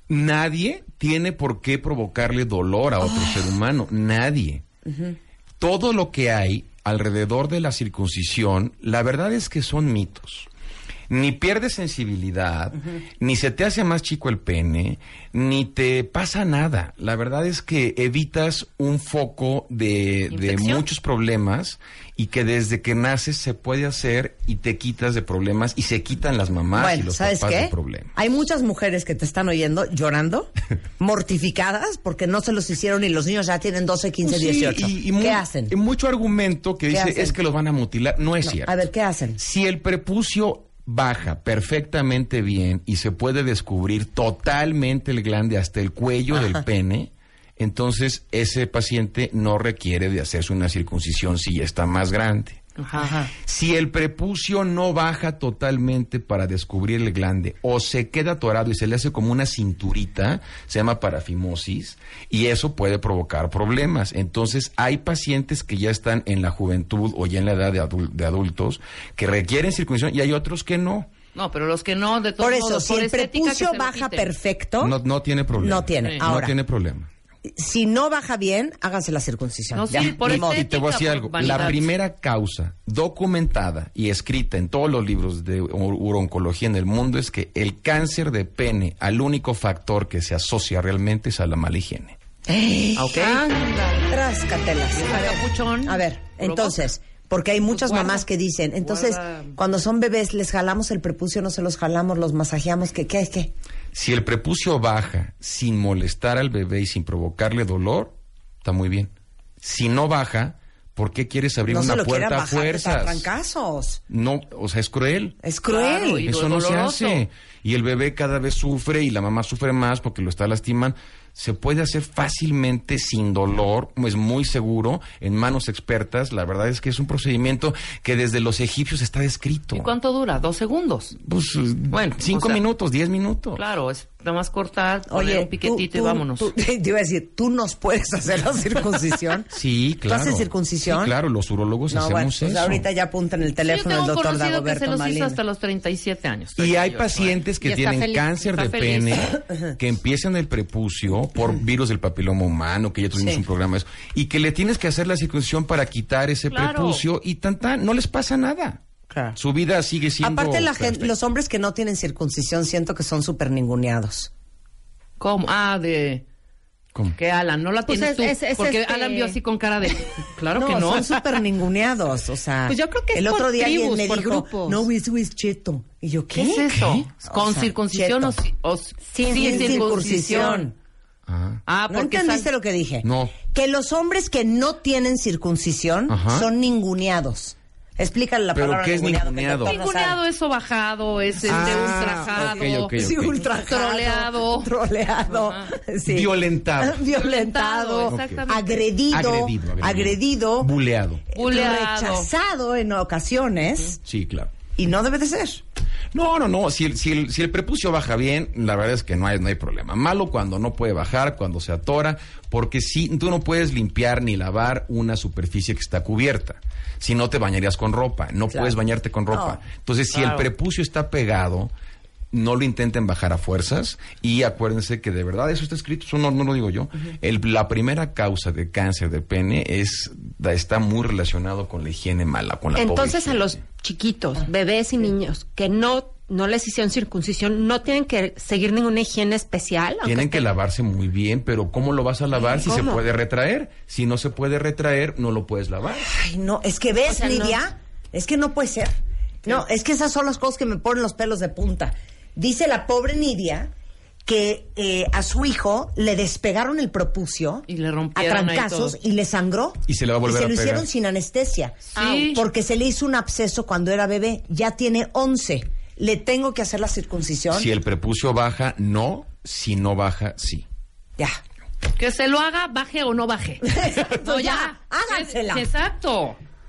Nadie tiene por qué provocarle dolor a otro oh. ser humano. Nadie. Uh-huh. Todo lo que hay alrededor de la circuncisión, la verdad es que son mitos. Ni pierdes sensibilidad, uh-huh. ni se te hace más chico el pene, ni te pasa nada. La verdad es que evitas un foco de, de muchos problemas y que desde que naces se puede hacer y te quitas de problemas y se quitan las mamás bueno, y los ¿sabes papás qué? de problemas. Hay muchas mujeres que te están oyendo llorando, mortificadas porque no se los hicieron y los niños ya tienen doce, quince, sí, dieciocho. Y, y ¿Qué mu- hacen? Y mucho argumento que dice hacen? es que los van a mutilar. No es No, cierto. A ver, ¿qué hacen? Si el prepucio baja perfectamente bien y se puede descubrir totalmente el glande hasta el cuello Ajá. del pene, entonces ese paciente no requiere de hacerse una circuncisión si ya está más grande. Ajá. Si el prepucio no baja totalmente para descubrir el glande o se queda atorado y se le hace como una cinturita, se llama parafimosis, y eso puede provocar problemas. Entonces hay pacientes que ya están en la juventud o ya en la edad de, adul- de adultos que requieren circuncisión y hay otros que no. No, pero los que no, de todos Por eso, modos, si por el estética, prepucio que se lo baja quiten. perfecto, No, no tiene problema. no tiene. Sí. Ahora, no tiene problema. si no baja bien, háganse la circuncisión. No, Ya. sí, por Ni y, modo. y te voy a decir por algo. vanidad. La primera causa documentada y escrita en todos los libros de urooncología en el mundo es que el cáncer de pene, al único factor que se asocia realmente es a la mala higiene. ¿Ok? Anda. Tráscatelas. A ver, Capuchón. a ver, entonces, porque hay muchas Guarda, mamás que dicen, entonces, guarda. cuando son bebés, les jalamos el prepucio, no se los jalamos, los masajeamos, ¿qué, qué, qué? Si el prepucio baja sin molestar al bebé y sin provocarle dolor, está muy bien. Si no baja, ¿por qué quieres abrir No se una lo quieran puerta a bajar de fuerzas? trancazos. No, o sea, es cruel. Es cruel. Claro, y Eso no se doloroso. hace. Y el bebé cada vez sufre y la mamá sufre más porque lo está lastimando. Se puede hacer fácilmente, sin dolor, es muy seguro, en manos expertas. La verdad es que es un procedimiento que desde los egipcios está descrito. ¿Y cuánto dura? ¿Dos segundos? Pues, Bueno, cinco o sea, minutos, diez minutos. Claro, es nada más cortar, poner Oye, un piquetito tú- y tú- vámonos. tú- te iba a decir, ¿tú nos puedes hacer la circuncisión? Sí, claro. ¿Tú haces circuncisión? Sí, claro, los urólogos No, hacemos bueno, pues eso. ahorita ya apunta en el teléfono Yo el tengo un doctor conocido que se Dagoberto los hizo Malina. hasta los treinta y siete años. Y hay treinta y ocho, pacientes ¿eh? que Y está tienen feliz, cáncer está de feliz. pene, que empiezan el prepucio por virus del papiloma humano, que ya tuvimos Sí. un programa de eso, y que le tienes que hacer la circuncisión para quitar ese Claro. prepucio y tan tan, no les pasa nada. Claro. Su vida sigue siendo Aparte, la gente, perfecta. los hombres que no tienen circuncisión siento que son súper ninguneados. ¿Cómo? Ah, de... ¿Cómo? Que Alan, no la Pues tienes es- tú. es- es porque este- Alan vio así con cara de... Claro no, que no. son súper ninguneados, o sea. Pues yo creo que es el por otro día alguien tribus, me por dijo, grupos. no, eso es cheto. Y yo, ¿qué? ¿Qué es eso? ¿Qué? ¿Con O sea, circuncisión o, cheto. si- o Sin, sin, sin circuncisión? circuncisión. Ah. Ah, ¿No porque entendiste sal- lo que dije? No. Que los hombres que no tienen circuncisión Ajá. son ninguneados. Explícale la ¿Pero palabra qué es ninguneado. que el ninguneado? doctor no Ninguneado sabe. es sobajado, es este, Ah, ultrajado. ok, ok, ok. Sí, ultrajado. Troleado. Troleado. Ajá. Sí. Violentado. Violentado. Exactamente. Agredido. Agredido, agredido. Agredido. Buleado. Buleado. Rechazado en ocasiones. Sí, claro. Y no debe de ser. No, no, no. Si el, si el, si el prepucio baja bien, la verdad es que no hay, no hay problema. Malo cuando no puede bajar, cuando se atora, porque si tú no puedes limpiar ni lavar una superficie que está cubierta. Si no, te bañarías con ropa. No Claro. puedes bañarte con ropa. No. Entonces, si Claro. el prepucio está pegado, no lo intenten bajar a fuerzas. Y acuérdense que de verdad eso está escrito, eso no, no lo digo yo. El- la primera causa de cáncer de pene es da- está muy relacionado con la higiene mala, con la pobre Entonces a higiene. los chiquitos, bebés y niños que no no les hicieron circuncisión, no tienen que seguir ninguna higiene especial. aunque Tienen que estén- lavarse muy bien, pero ¿cómo lo vas a lavar si se ¿Cómo? puede retraer? Si no se puede retraer, no lo puedes lavar. Ay, no, es que ves, O sea, no. Lidia, es que no puede ser. No, es que esas son las cosas que me ponen los pelos de punta. Dice la pobre Nidia que eh, a su hijo le despegaron el prepucio Y le a rompieron ahí trancazos todo. y le sangró. Y se le va a volver y se a lo pegar. hicieron sin anestesia. Sí. Porque se le hizo un absceso cuando era bebé. Ya tiene once. ¿Le tengo que hacer la circuncisión? Si el prepucio baja, no. Si no baja, sí. Ya. Que se lo haga, baje o no baje. Exacto, No, ya. Hágansela. Es- Exacto.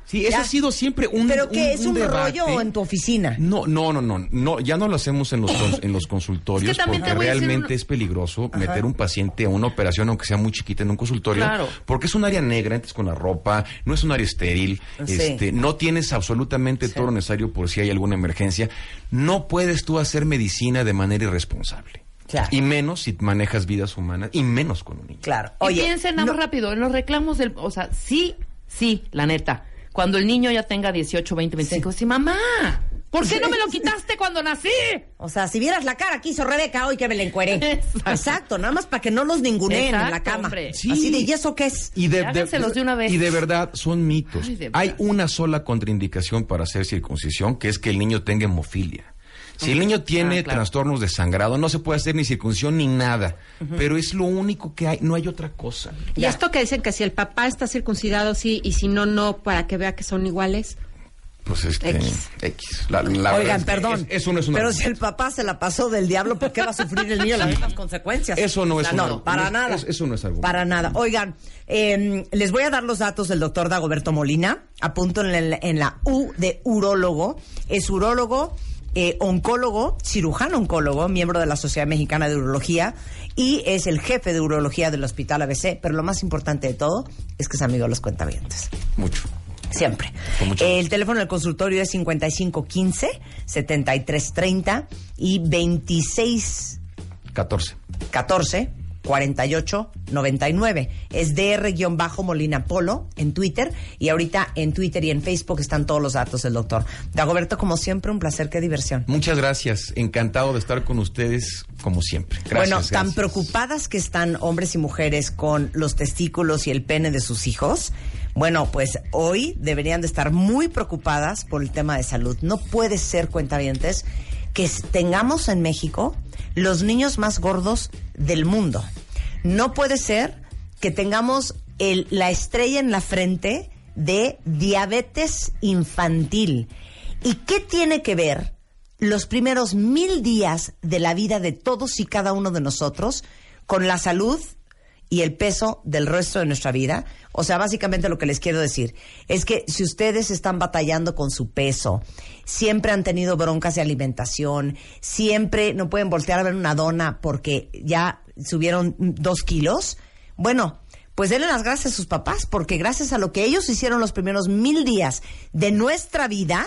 Sí, eso Ya. ha sido siempre un ¿Pero qué? un- ¿Es un un debate. rollo o en tu oficina? No, no, no, no, no, ya no lo hacemos en los cons- en los consultorios Es que también porque te voy a decir realmente una- es peligroso meter un paciente a una operación aunque sea muy chiquita en un consultorio, Claro. porque es un área negra, antes con la ropa, no es un área estéril, Sí. este, no tienes absolutamente todo lo necesario por si hay alguna emergencia, no puedes tú hacer medicina de manera irresponsable. Claro. Y menos si manejas vidas humanas y menos con un niño. Claro. Y Oye, piensen nada más no- rápido en los reclamos del... O sea, sí, sí, la neta. Cuando el niño ya tenga dieciocho, veinte, veinticinco, sí, mamá, ¿por qué no me lo quitaste cuando nací? O sea, si vieras la cara que hizo Rebeca hoy que me la encueré. Exacto. Exacto, nada más para que no los ninguneen en la Exacto, cama. hombre. Sí. Así de, ¿y eso qué es? Y de, Háganselos de una vez. y de verdad son mitos. Ay, de Hay verdad. una sola contraindicación para hacer circuncisión, que es que el niño tenga hemofilia. Si el niño tiene Ah, claro. trastornos de sangrado, no se puede hacer ni circuncisión ni nada. Pero es lo único que hay, no hay otra cosa. Y esto que dicen que si el papá está circuncidado, sí, y si no, no, para que vea que son iguales. Pues este, X. X. La- la verdad Oigan, es que perdón. es- eso no es una... Pero si el papá se la pasó del diablo, ¿por qué va a sufrir el niño las mismas consecuencias? Eso no es O sea, un no, argu- para no es- nada. es- eso no es argumento. Para nada. Oigan, eh, les voy a dar los datos del doctor Dagoberto Molina. Apunto en la, en la U de urólogo. Es urólogo, eh, oncólogo, cirujano oncólogo, miembro de la Sociedad Mexicana de Urología y es el jefe de urología del Hospital A B C. Pero lo más importante de todo es que es amigo de los cuentavientes. Mucho. Siempre. Con mucho El teléfono del consultorio es cincuenta y cinco quince, setenta y tres treinta y veintiséis catorce. catorce cuarenta y ocho noventa y nueve. Es D R-Molina Polo en Twitter y ahorita en Twitter y en Facebook están todos los datos del doctor. Dagoberto, como siempre, un placer, qué diversión. Muchas gracias. Encantado de estar con ustedes como siempre. Gracias. bueno, tan gracias. preocupadas que están hombres y mujeres con los testículos y el pene de sus hijos. Bueno, pues hoy deberían de estar muy preocupadas por el tema de salud. No puede ser, cuentavientes, que tengamos en México los niños más gordos del mundo. No puede ser que tengamos el, la estrella en la frente de diabetes infantil. ¿Y qué tiene que ver los primeros mil días de la vida de todos y cada uno de nosotros con la salud y el peso del resto de nuestra vida? O sea, básicamente lo que les quiero decir es que si ustedes están batallando con su peso, siempre han tenido broncas de alimentación, siempre no pueden voltear a ver una dona porque ya subieron dos kilos, bueno, pues denle las gracias a sus papás, porque gracias a lo que ellos hicieron los primeros mil días de nuestra vida,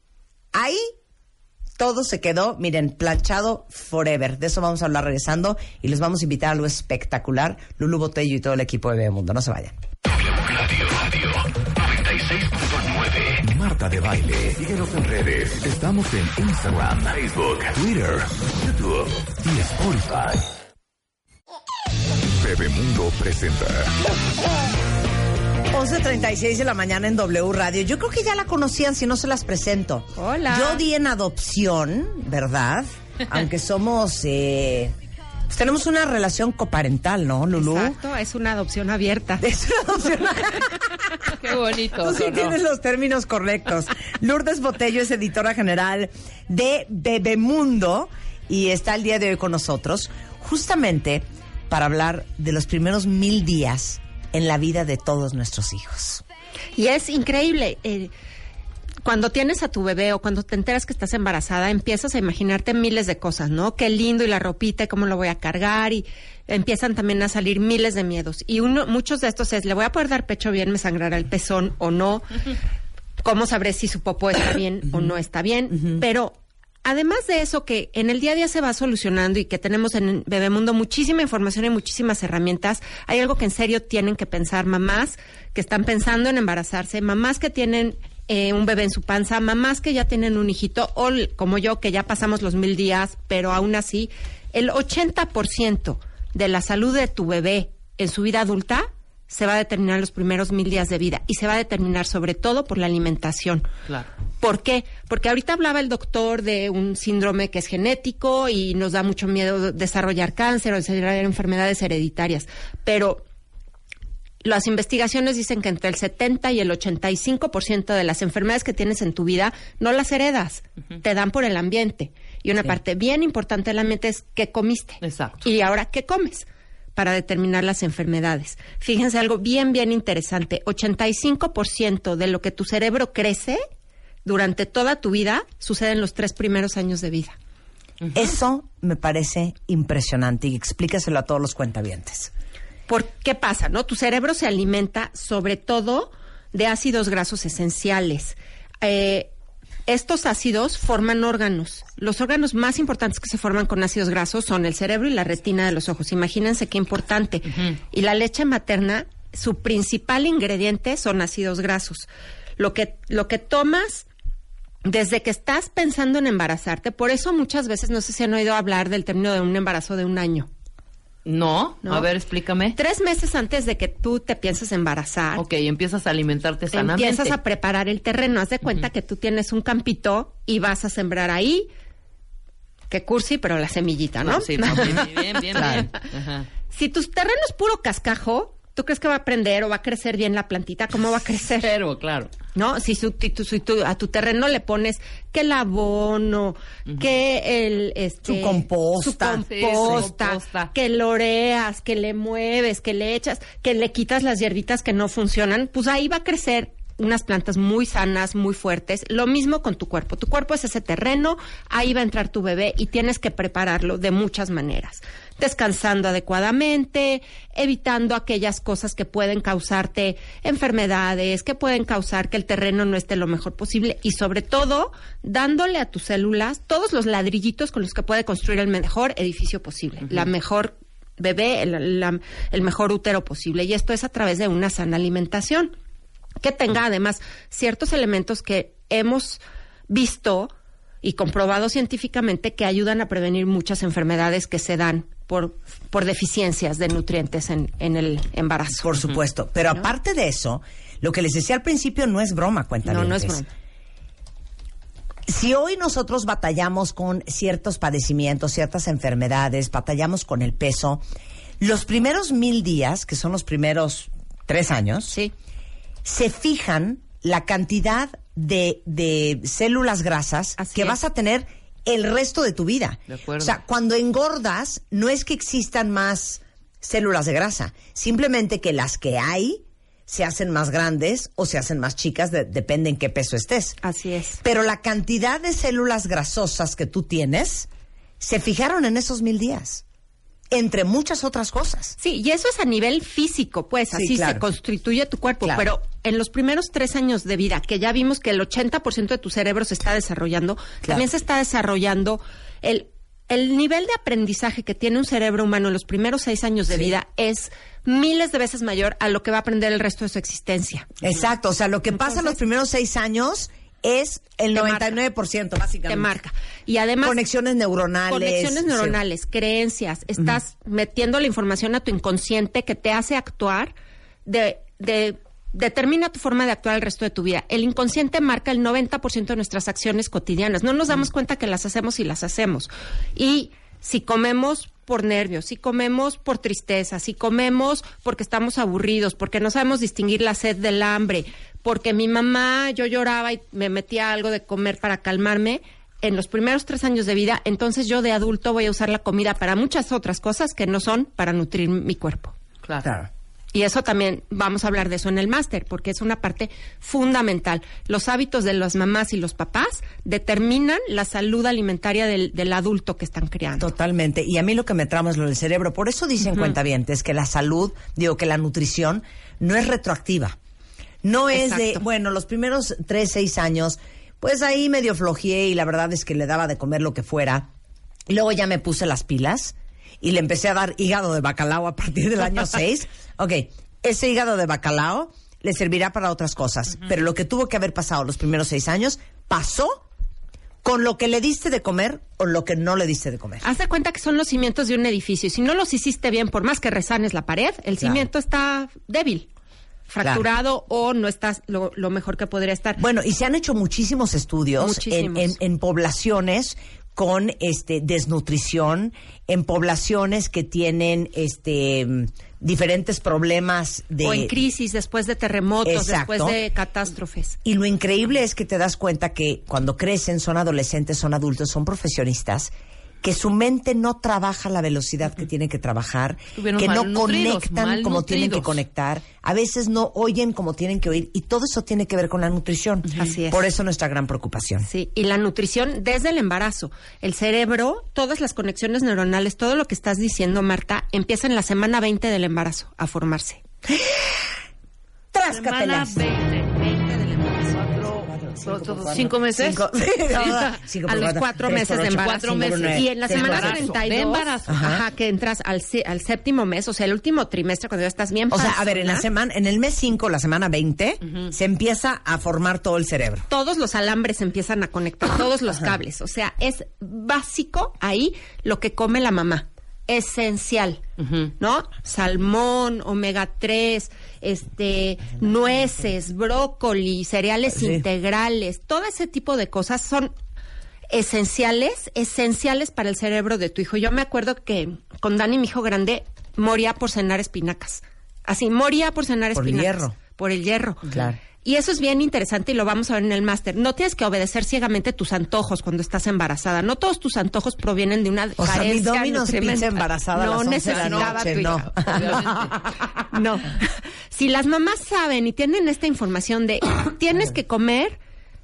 ahí todo se quedó, miren, planchado forever. De eso vamos a hablar regresando y les vamos a invitar a algo espectacular. Lulú Botello y todo el equipo de Bebemundo. No se vayan. Radio, radio, noventa y seis punto nueve. Marta de Baile. Síguenos en redes. Estamos en Instagram, Facebook, Twitter, YouTube y Spotify. Bebemundo presenta. once treinta y seis de la mañana en W Radio. Yo creo que ya la conocían, si no se las presento. Hola. Yo di en adopción, ¿verdad? Aunque somos... Eh, pues tenemos una relación coparental, ¿no, Lulú? Exacto, es una adopción abierta. Es una adopción. Qué bonito. Tú sí sonó. tienes los términos correctos. Lourdes Botello es editora general de Bebemundo y está el día de hoy con nosotros justamente para hablar de los primeros mil días en la vida de todos nuestros hijos. Y es increíble. Eh, cuando tienes a tu bebé o cuando te enteras que estás embarazada, empiezas a imaginarte miles de cosas, ¿no? Qué lindo y la ropita y cómo lo voy a cargar y empiezan también a salir miles de miedos. Y uno, muchos de estos es, ¿le voy a poder dar pecho bien? ¿Me sangrará el pezón o no? ¿Cómo sabré si su popó está bien o no está bien? Pero además de eso, que en el día a día se va solucionando y que tenemos en Bebemundo muchísima información y muchísimas herramientas, hay algo que en serio tienen que pensar mamás que están pensando en embarazarse, mamás que tienen eh, un bebé en su panza, mamás que ya tienen un hijito, o como yo, que ya pasamos los mil días, pero aún así, el ochenta por ciento de la salud de tu bebé en su vida adulta se va a determinar en los primeros mil días de vida y se va a determinar sobre todo por la alimentación. Claro. ¿Por qué? Porque ahorita hablaba el doctor de un síndrome que es genético y nos da mucho miedo desarrollar cáncer o desarrollar enfermedades hereditarias, pero las investigaciones dicen que entre el setenta y el ochenta y cinco por ciento de las enfermedades que tienes en tu vida no las heredas, uh-huh. te dan por el ambiente. Y una Sí. parte bien importante del ambiente es qué comiste. Exacto. Y ahora, ¿qué comes? para determinar las enfermedades. Fíjense algo bien, bien interesante. ochenta y cinco por ciento de lo que tu cerebro crece durante toda tu vida sucede en los tres primeros años de vida. Uh-huh. Eso me parece impresionante y explícaselo a todos los cuentavientes. ¿Por qué pasa, no? Tu cerebro se alimenta sobre todo de ácidos grasos esenciales. Eh, estos ácidos forman órganos. Los órganos más importantes que se forman con ácidos grasos son el cerebro y la retina de los ojos. Imagínense qué importante. Uh-huh. Y la leche materna, su principal ingrediente son ácidos grasos. Lo que, lo que tomas desde que estás pensando en embarazarte, por eso muchas veces, no sé si han oído hablar del término de un embarazo de un año. No, no, a ver, explícame. Tres meses antes de que tú te pienses embarazar. Ok, empiezas a alimentarte sanamente. Empiezas a preparar el terreno. Haz de cuenta uh-huh. que tú tienes un campito y vas a sembrar ahí, que cursi, pero la semillita, ¿no? no sí, no, bien, bien, bien. Claro. Ajá. Si tu terreno es puro cascajo, ¿tú crees que va a prender o va a crecer bien la plantita? ¿Cómo va a crecer? Pero, claro. ¿No? Si, su, tu, si tu, a tu terreno le pones que el abono, uh-huh. que el... Este, su composta. Su composta, sí, composta. Que lo oreas, que le mueves, que le echas, que le quitas las hierbitas que no funcionan, pues ahí va a crecer unas plantas muy sanas, muy fuertes. Lo mismo con tu cuerpo. Tu cuerpo es ese terreno, ahí va a entrar tu bebé y tienes que prepararlo de muchas maneras. Descansando adecuadamente, evitando aquellas cosas que pueden causarte enfermedades, que pueden causar que el terreno no esté lo mejor posible y sobre todo dándole a tus células todos los ladrillitos con los que puede construir el mejor edificio posible, uh-huh. la mejor bebé, el, la, el mejor útero posible. Y esto es a través de una sana alimentación que tenga además ciertos elementos que hemos visto y comprobado científicamente que ayudan a prevenir muchas enfermedades que se dan por, por deficiencias de nutrientes en, en el embarazo. Por supuesto, pero ¿no? Aparte de eso, lo que les decía al principio no es broma, cuentavientes. No, no es broma. Si hoy nosotros batallamos con ciertos padecimientos, ciertas enfermedades, batallamos con el peso, los primeros mil días, que son los primeros tres años, sí. se fijan la cantidad de, de células grasas Así que es. vas a tener el resto de tu vida. De acuerdo. O sea, cuando engordas, no es que existan más células de grasa, simplemente que las que hay se hacen más grandes o se hacen más chicas, de, depende en qué peso estés. Así es. Pero la cantidad de células grasosas que tú tienes se fijaron en esos mil días. Entre muchas otras cosas. Sí, y eso es a nivel físico, pues, así sí, claro. se constituye tu cuerpo. Claro. Pero en los primeros tres años de vida, que ya vimos que el ochenta por ciento de tu cerebro se está desarrollando, claro. también se está desarrollando el, el nivel de aprendizaje que tiene un cerebro humano en los primeros seis años de sí. vida es miles de veces mayor a lo que va a aprender el resto de su existencia. Exacto, o sea, lo que Entonces, pasa en los primeros seis años es el noventa y nueve por ciento, marca, básicamente. Te marca. Y además... Conexiones neuronales. Conexiones neuronales, sí. creencias. Estás uh-huh. metiendo la información a tu inconsciente que te hace actuar, de, de determina tu forma de actuar el resto de tu vida. El inconsciente marca el noventa por ciento de nuestras acciones cotidianas. No nos damos uh-huh. cuenta que las hacemos y las hacemos. Y si comemos por nervios, si comemos por tristeza, si comemos porque estamos aburridos, porque no sabemos distinguir la sed del hambre, porque mi mamá, yo lloraba y me metía algo de comer para calmarme, en los primeros tres años de vida, entonces yo de adulto voy a usar la comida para muchas otras cosas que no son para nutrir mi cuerpo. Claro. claro. Y eso también, vamos a hablar de eso en el máster, porque es una parte fundamental. Los hábitos de las mamás y los papás determinan la salud alimentaria del, del adulto que están criando. Totalmente. Y a mí lo que me trama es lo del cerebro. Por eso dicen uh-huh. cuentavientes que la salud, digo que la nutrición no es retroactiva. No es Exacto. de, bueno, los primeros tres, seis años, pues ahí medio flojeé y la verdad es que le daba de comer lo que fuera. Y luego ya me puse las pilas y le empecé a dar hígado de bacalao a partir del año seis. Ok, ese hígado de bacalao le servirá para otras cosas, uh-huh. pero lo que tuvo que haber pasado los primeros seis años, pasó con lo que le diste de comer o lo que no le diste de comer. Haz de cuenta que son los cimientos de un edificio. Si no los hiciste bien, por más que resanes la pared, el claro. cimiento está débil. Fracturado claro. o no estás lo, lo mejor que podría estar. Bueno, y se han hecho muchísimos estudios muchísimos. En, en, en poblaciones con este desnutrición, en poblaciones que tienen este diferentes problemas de... O en crisis, después de terremotos, Exacto. después de catástrofes. Y lo increíble es que te das cuenta que cuando crecen, son adolescentes, son adultos, son profesionistas, que su mente no trabaja a la velocidad que tiene que trabajar, Estuvieron que no malnutridos, conectan como tienen que malnutridos. conectar, a veces no oyen como tienen que oír, y todo eso tiene que ver con la nutrición. Así es. Por eso nuestra gran preocupación. Sí, y la nutrición desde el embarazo. El cerebro, todas las conexiones neuronales, todo lo que estás diciendo, Marta, empieza en la semana veinte del embarazo a formarse. ¡Tráscatelas! Semana veinte, veinte del embarazo. Cinco por cuatro. ¿Cinco meses? Cinco, cinco A por los cuatro, cuatro tres meses por de ocho, embarazo. cuatro meses. nueve, Y en la seis por semana ocho. treinta y dos, de embarazo. ajá, que entras al, sé- al séptimo mes, o sea, el último trimestre, cuando ya estás bien O sea, a ver, en la panzona, semana, en el mes cinco, la semana veinte, se empieza a formar todo el cerebro. todos los alambres empiezan a conectar, todos los cables. O sea, es básico ahí lo que come la mamá. Esencial, ¿no? Salmón, omega tres, este, nueces, brócoli, cereales Sí. integrales, todo ese tipo de cosas son esenciales, esenciales para el cerebro de tu hijo. Yo me acuerdo que con Dani, mi hijo grande, moría por cenar espinacas. Así, moría por cenar Por el espinacas. hierro. Por el hierro. Claro. Y eso es bien interesante y lo vamos a ver en el máster. No tienes que obedecer ciegamente tus antojos cuando estás embarazada. No todos tus antojos provienen de una O sea, mi carencia Domino's nutrimental. pizza embarazada a no las once de la necesitaba noche, tu no. hija. No. Si las mamás saben y tienen esta información de tienes que comer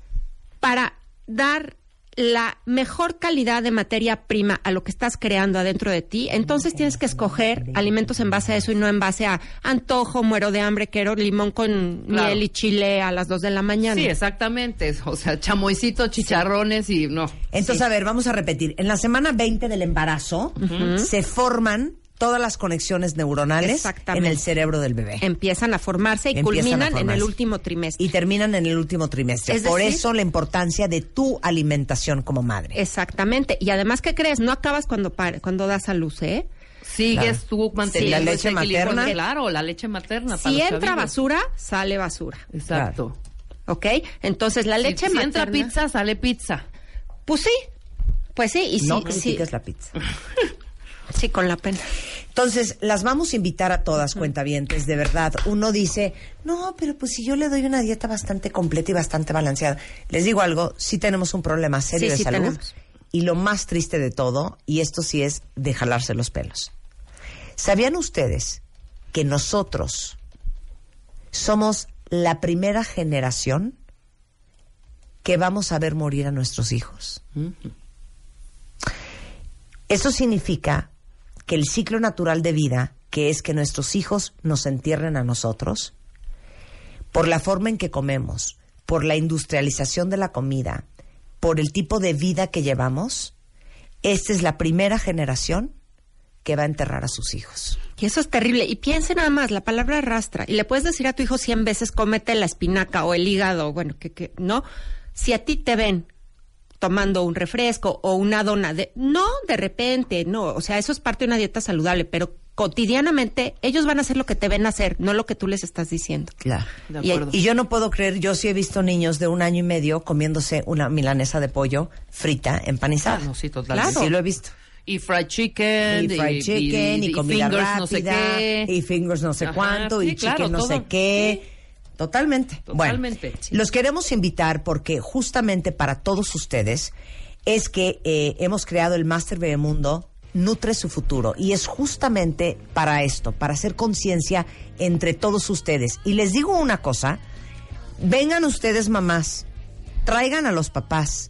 para dar la mejor calidad de materia prima a lo que estás creando adentro de ti, entonces tienes que escoger alimentos en base a eso y no en base a antojo, muero de hambre, quiero limón con Claro. miel y chile a las dos de la mañana. Sí, exactamente. O sea, chamoycito, chicharrones y no. Entonces, a ver, vamos a repetir. En la semana veinte del embarazo se forman todas las conexiones neuronales Exactamente. en el cerebro del bebé. Empiezan a formarse y Empiezan a culminan en formarse. el último trimestre. Y terminan en el último trimestre. Es Por decir- eso la importancia de tu alimentación como madre. Exactamente. Y además, ¿qué crees? No acabas cuando par- cuando das a luz, ¿eh? Sigues tú manteniendo Sí, la leche ese equilibrio. materna. Claro, la leche materna. para Si los entra chavillos. basura, sale basura. Exacto. ¿Ok? Entonces, la leche si, si materna... entra pizza, sale pizza. Pues sí. Pues sí. Y sí, No sí, critiques la pizza. sí, con la pena. Entonces, las vamos a invitar a todas, cuentavientes, de verdad. Uno dice, no, pero pues si yo le doy una dieta bastante completa y bastante balanceada. Les digo algo, sí tenemos un problema serio Sí, de sí salud. tenemos. Y lo más triste de todo, y esto sí es de jalarse los pelos. ¿Sabían ustedes que nosotros somos la primera generación que vamos a ver morir a nuestros hijos? Eso significa que el ciclo natural de vida, que es que nuestros hijos nos entierren a nosotros, por la forma en que comemos, por la industrialización de la comida, por el tipo de vida que llevamos, esta es la primera generación que va a enterrar a sus hijos. Y eso es terrible. Y piense nada más, la palabra arrastra. Y le puedes decir a tu hijo cien veces, cómete la espinaca o el hígado, bueno, que, que, ¿no? Si a ti te ven tomando un refresco o una dona, de, no de repente, no, o sea, eso es parte de una dieta saludable, pero cotidianamente ellos van a hacer lo que te ven hacer, no lo que tú les estás diciendo. Claro. De Y, acuerdo. y yo no puedo creer, yo sí he visto niños de un año y medio comiéndose una milanesa de pollo frita, empanizada. Ah, no, sí, totalmente. Sí lo he visto. Y fried chicken. Y fried chicken, y, comida fingers rápida, no sé qué. y fingers no sé Ajá, cuánto, sí, y claro, chicken no todo. sé qué. Totalmente. Totalmente. Bueno, los queremos invitar porque justamente para todos ustedes es que eh, hemos creado el Máster Bebemundo Nutre su Futuro. Y es justamente para esto, para hacer conciencia entre todos ustedes. Y les digo una cosa, vengan ustedes mamás, traigan a los papás.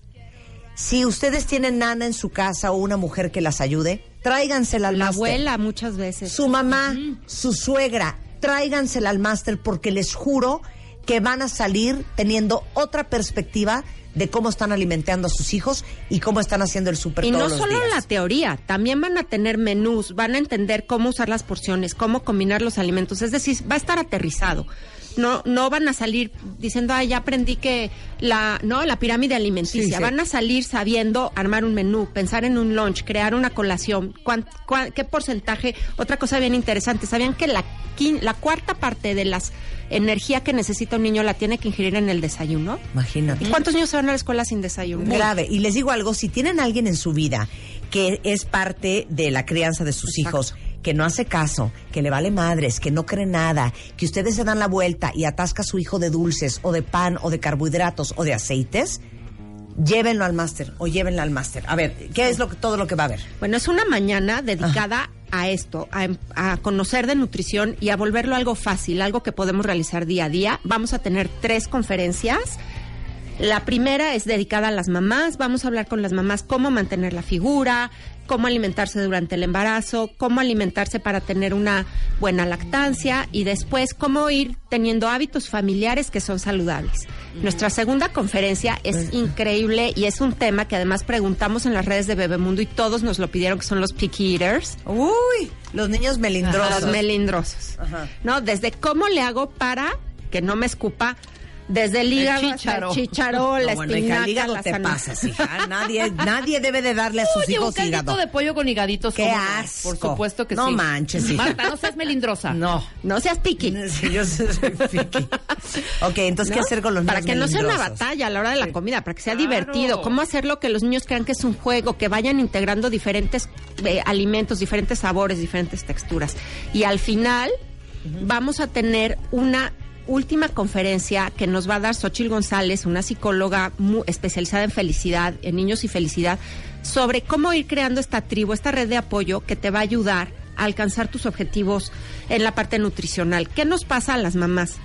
Si ustedes tienen nana en su casa o una mujer que las ayude, tráigansela al La máster. abuela muchas veces. Su mamá, su suegra, tráigansela al máster porque les juro que van a salir teniendo otra perspectiva de cómo están alimentando a sus hijos y cómo están haciendo el súper Y todos no los solo días. la teoría, también van a tener menús, van a entender cómo usar las porciones, cómo combinar los alimentos, es decir, va a estar aterrizado. No no van a salir diciendo, "Ay, ya aprendí que la, no, la pirámide alimenticia." Sí, sí. Van a salir sabiendo armar un menú, pensar en un lunch, crear una colación, cuán, cuán- qué porcentaje. Otra cosa bien interesante, ¿sabían que la quin- la cuarta parte de las energía que necesita un niño la tiene que ingerir en el desayuno? Imagínate. ¿Cuántos niños se van a la escuela sin desayuno? Grave. Y les digo algo, si tienen a alguien en su vida que es parte de la crianza de sus Exacto. hijos, que no hace caso, que le vale madres, que no cree nada, que ustedes se dan la vuelta y atasca a su hijo de dulces o de pan o de carbohidratos o de aceites, llévenlo al máster o llévenla al máster. A ver, ¿qué es lo que, todo lo que va a haber? Bueno, es una mañana dedicada Ajá. a esto, a, a conocer de nutrición y a volverlo algo fácil, algo que podemos realizar día a día. Vamos a tener tres conferencias. La primera es dedicada a las mamás. Vamos a hablar con las mamás cómo mantener la figura, cómo alimentarse durante el embarazo, cómo alimentarse para tener una buena lactancia y después cómo ir teniendo hábitos familiares que son saludables. Uh-huh. Nuestra segunda conferencia es uh-huh. increíble y es un tema que además preguntamos en las redes de Bebemundo y todos nos lo pidieron, que son los picky eaters. Uy, los niños melindrosos. Los melindrosos. Uh-huh. ¿No? Desde cómo le hago para que no me escupa. Desde el hígado el hasta el chícharo, la no, espinaca, bueno, hígado la te sana. Pasas, hija. Nadie, nadie debe de darle a sus Oye, hijos un caldito hígado. de pollo con higaditos. ¡Qué ¿cómo? asco! Por supuesto que no sí. No manches, hija. Marta, no seas melindrosa. No. No seas piqui. Sí, yo soy piqui. Ok, entonces, ¿no? ¿qué hacer con los niños Para que no sea una batalla a la hora de la comida, para que sea claro. divertido. ¿Cómo hacerlo que los niños crean que es un juego, que vayan integrando diferentes eh, alimentos, diferentes sabores, diferentes texturas? Y al final uh-huh. vamos a tener una última conferencia que nos va a dar Xóchitl González, una psicóloga muy especializada en felicidad, en niños y felicidad, sobre cómo ir creando esta tribu, esta red de apoyo que te va a ayudar a alcanzar tus objetivos en la parte nutricional. ¿Qué nos pasa a las mamás?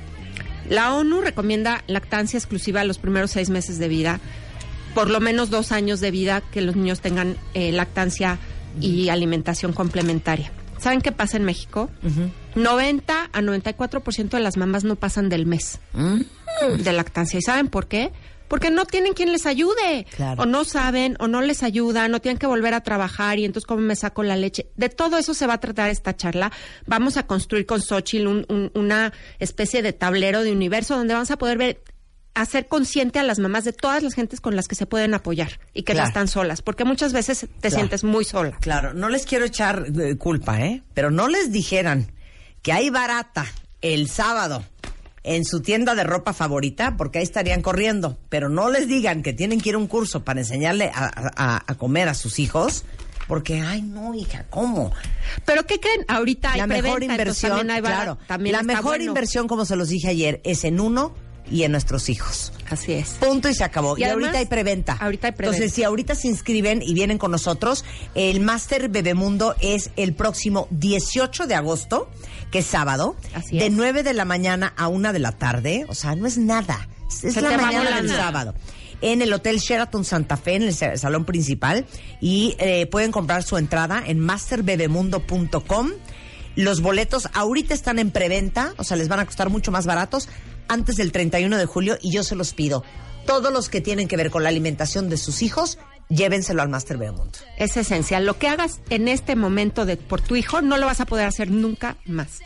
La ONU recomienda lactancia exclusiva a los primeros seis meses de vida, por lo menos dos años de vida que los niños tengan eh, lactancia y alimentación complementaria. ¿Saben qué pasa en México? Uh-huh. noventa a noventa y cuatro por ciento de las mamás no pasan del mes uh-huh. de lactancia. ¿Y saben por qué? Porque no tienen quien les ayude. Claro. O no saben, o no les ayudan, no tienen que volver a trabajar y entonces ¿cómo me saco la leche? De todo eso se va a tratar esta charla. Vamos a construir con Xóchitl un, un, una especie de tablero de universo donde vamos a poder ver, hacer consciente a las mamás de todas las gentes con las que se pueden apoyar y que claro. no están solas, porque muchas veces te claro. sientes muy sola. Claro, no les quiero echar eh, culpa, ¿eh? Pero no les dijeran que hay barata el sábado en su tienda de ropa favorita, porque ahí estarían corriendo, pero no les digan que tienen que ir a un curso para enseñarle a, a, a comer a sus hijos, porque, ay, no, hija, ¿cómo? ¿Pero qué creen? Ahorita hay la preventa, mejor inversión, también hay barata, claro, también la está mejor bueno. inversión, como se los dije ayer, es en uno y en nuestros hijos. Así es. Punto y se acabó. Y, y además, ahorita hay preventa. Ahorita hay preventa. Entonces, si ahorita se inscriben y vienen con nosotros, el Máster Bebemundo es el próximo dieciocho de agosto, que es sábado, Así es. de nueve de la mañana a una de la tarde. O sea, no es nada. Es se la mañana del sábado. En el Hotel Sheraton Santa Fe, en el salón principal. Y eh, pueden comprar su entrada en master bebemundo punto com. Los boletos ahorita están en preventa, o sea, les van a costar mucho más baratos antes del treinta y uno de julio, y yo se los pido. Todos los que tienen que ver con la alimentación de sus hijos, llévenselo al Máster Bebemundo. Es esencial. Lo que hagas en este momento de por tu hijo, no lo vas a poder hacer nunca más.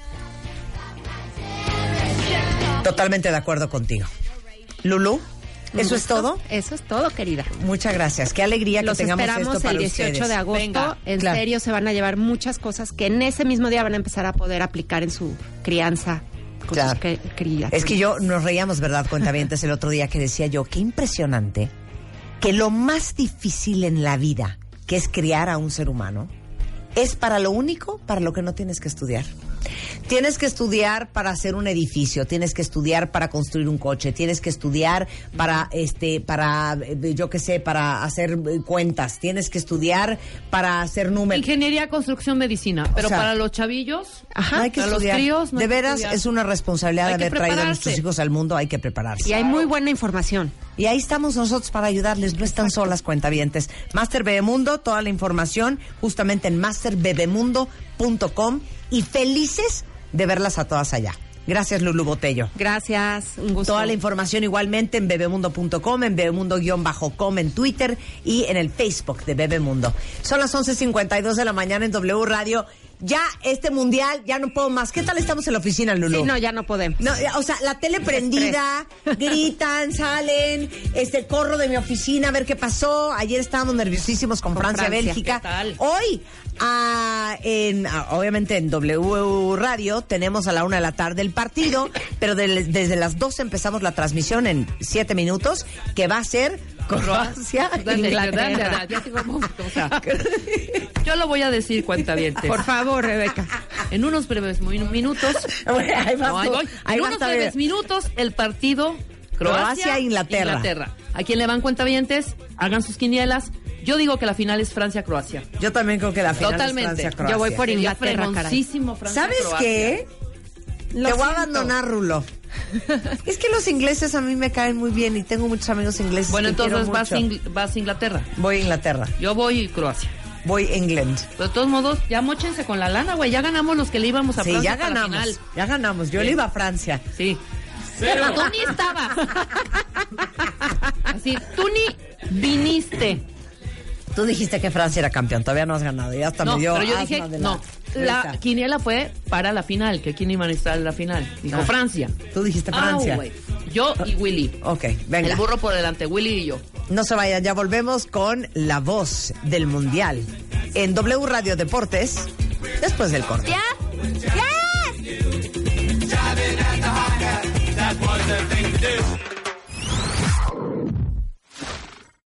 Totalmente de acuerdo contigo. Lulú, ¿eso es todo? Eso es todo, querida. Muchas gracias. Qué alegría que Los tengamos esperamos esto para el dieciocho ustedes. de agosto. Venga, en claro. serio, se van a llevar muchas cosas que en ese mismo día van a empezar a poder aplicar en su crianza. Con Claro. sus que, criaturas. Es que yo nos reíamos, ¿verdad, cuentavientes? El otro día que decía yo, qué impresionante que lo más difícil en la vida, que es criar a un ser humano, es para lo único para lo que no tienes que estudiar. Tienes que estudiar para hacer un edificio, tienes que estudiar para construir un coche, tienes que estudiar para, este, para, yo qué sé, para hacer cuentas, tienes que estudiar para hacer números. Ingeniería, construcción, medicina. Pero O sea, para los chavillos, Ajá, no hay que para estudiar. los críos, no de hay que veras, estudiar. es una responsabilidad Hay de que haber traído a prepararse. nuestros hijos al mundo, hay que prepararse. Y hay muy buena información. Y ahí estamos nosotros para ayudarles, no están solas, cuentavientes. Máster Bebemundo, toda la información justamente en master bebemundo punto com, y felices de verlas a todas allá. Gracias, Lulú Botello. Gracias, un gusto. Toda la información igualmente en bebemundo punto com, en bebemundo-com en Twitter y en el Facebook de Bebemundo. Son las once cincuenta y dos de la mañana en W Radio. Ya este mundial, ya no puedo más. ¿Qué tal estamos en la oficina, Lulú? Sí, no, ya no podemos. No, o sea, la tele prendida, gritan, salen, este, corro de mi oficina a ver qué pasó. Ayer estábamos nerviosísimos con, Con Francia, Francia. Bélgica. ¿Qué tal? Hoy, ah, en, ah, obviamente en W Radio, tenemos a la una de la tarde el partido, pero de- desde las dos empezamos la transmisión en siete minutos, que va a ser Croacia, Dale, Inglaterra. dale, dale, ya te vamos, o sea, yo lo voy a decir, cuentavientes. Por favor, Rebeca. En unos breves mu- minutos, Ahí vas no, ahí tú. voy. Ahí En vas unos a ver. breves minutos, el partido Croacia, Croacia, Inglaterra. Inglaterra. ¿A quién le van cuentavientes? Hagan sus quinielas. Yo digo que la final es Francia-Croacia. Yo también creo que la final Totalmente. es Francia-Croacia. Yo voy por Inglaterra, caray. ¿Sabes qué? Lo Te voy a siento. abandonar, Rulo. Es que los ingleses a mí me caen muy bien y tengo muchos amigos ingleses. Bueno, que entonces quiero vas, mucho. Ingl- vas a Inglaterra. Voy a Inglaterra. Yo voy Croacia. Voy a England. Pero de todos modos, ya móchense con la lana, güey. Ya ganamos los que le íbamos a Sí, Francia ya para la ganamos. final. Ya ganamos. Yo Sí. le iba a Francia. Sí. Pero tú ni estabas. Así, tú ni viniste. Tú dijiste que Francia era campeón. Todavía no has ganado. Ya hasta No, me dio pero yo asma dije, de no. La risa. quiniela fue para la final. Que quién iban a estar en la final. Dijo Ah. Francia. Tú dijiste Francia. Ah, güey. Yo y Willy. Ok, venga. El burro por delante, Willy y yo. No se vayan, ya volvemos con la voz del Mundial en W Radio Deportes después del corte. Yeah. Yes. Driving at the hot cat, that was the thing to do.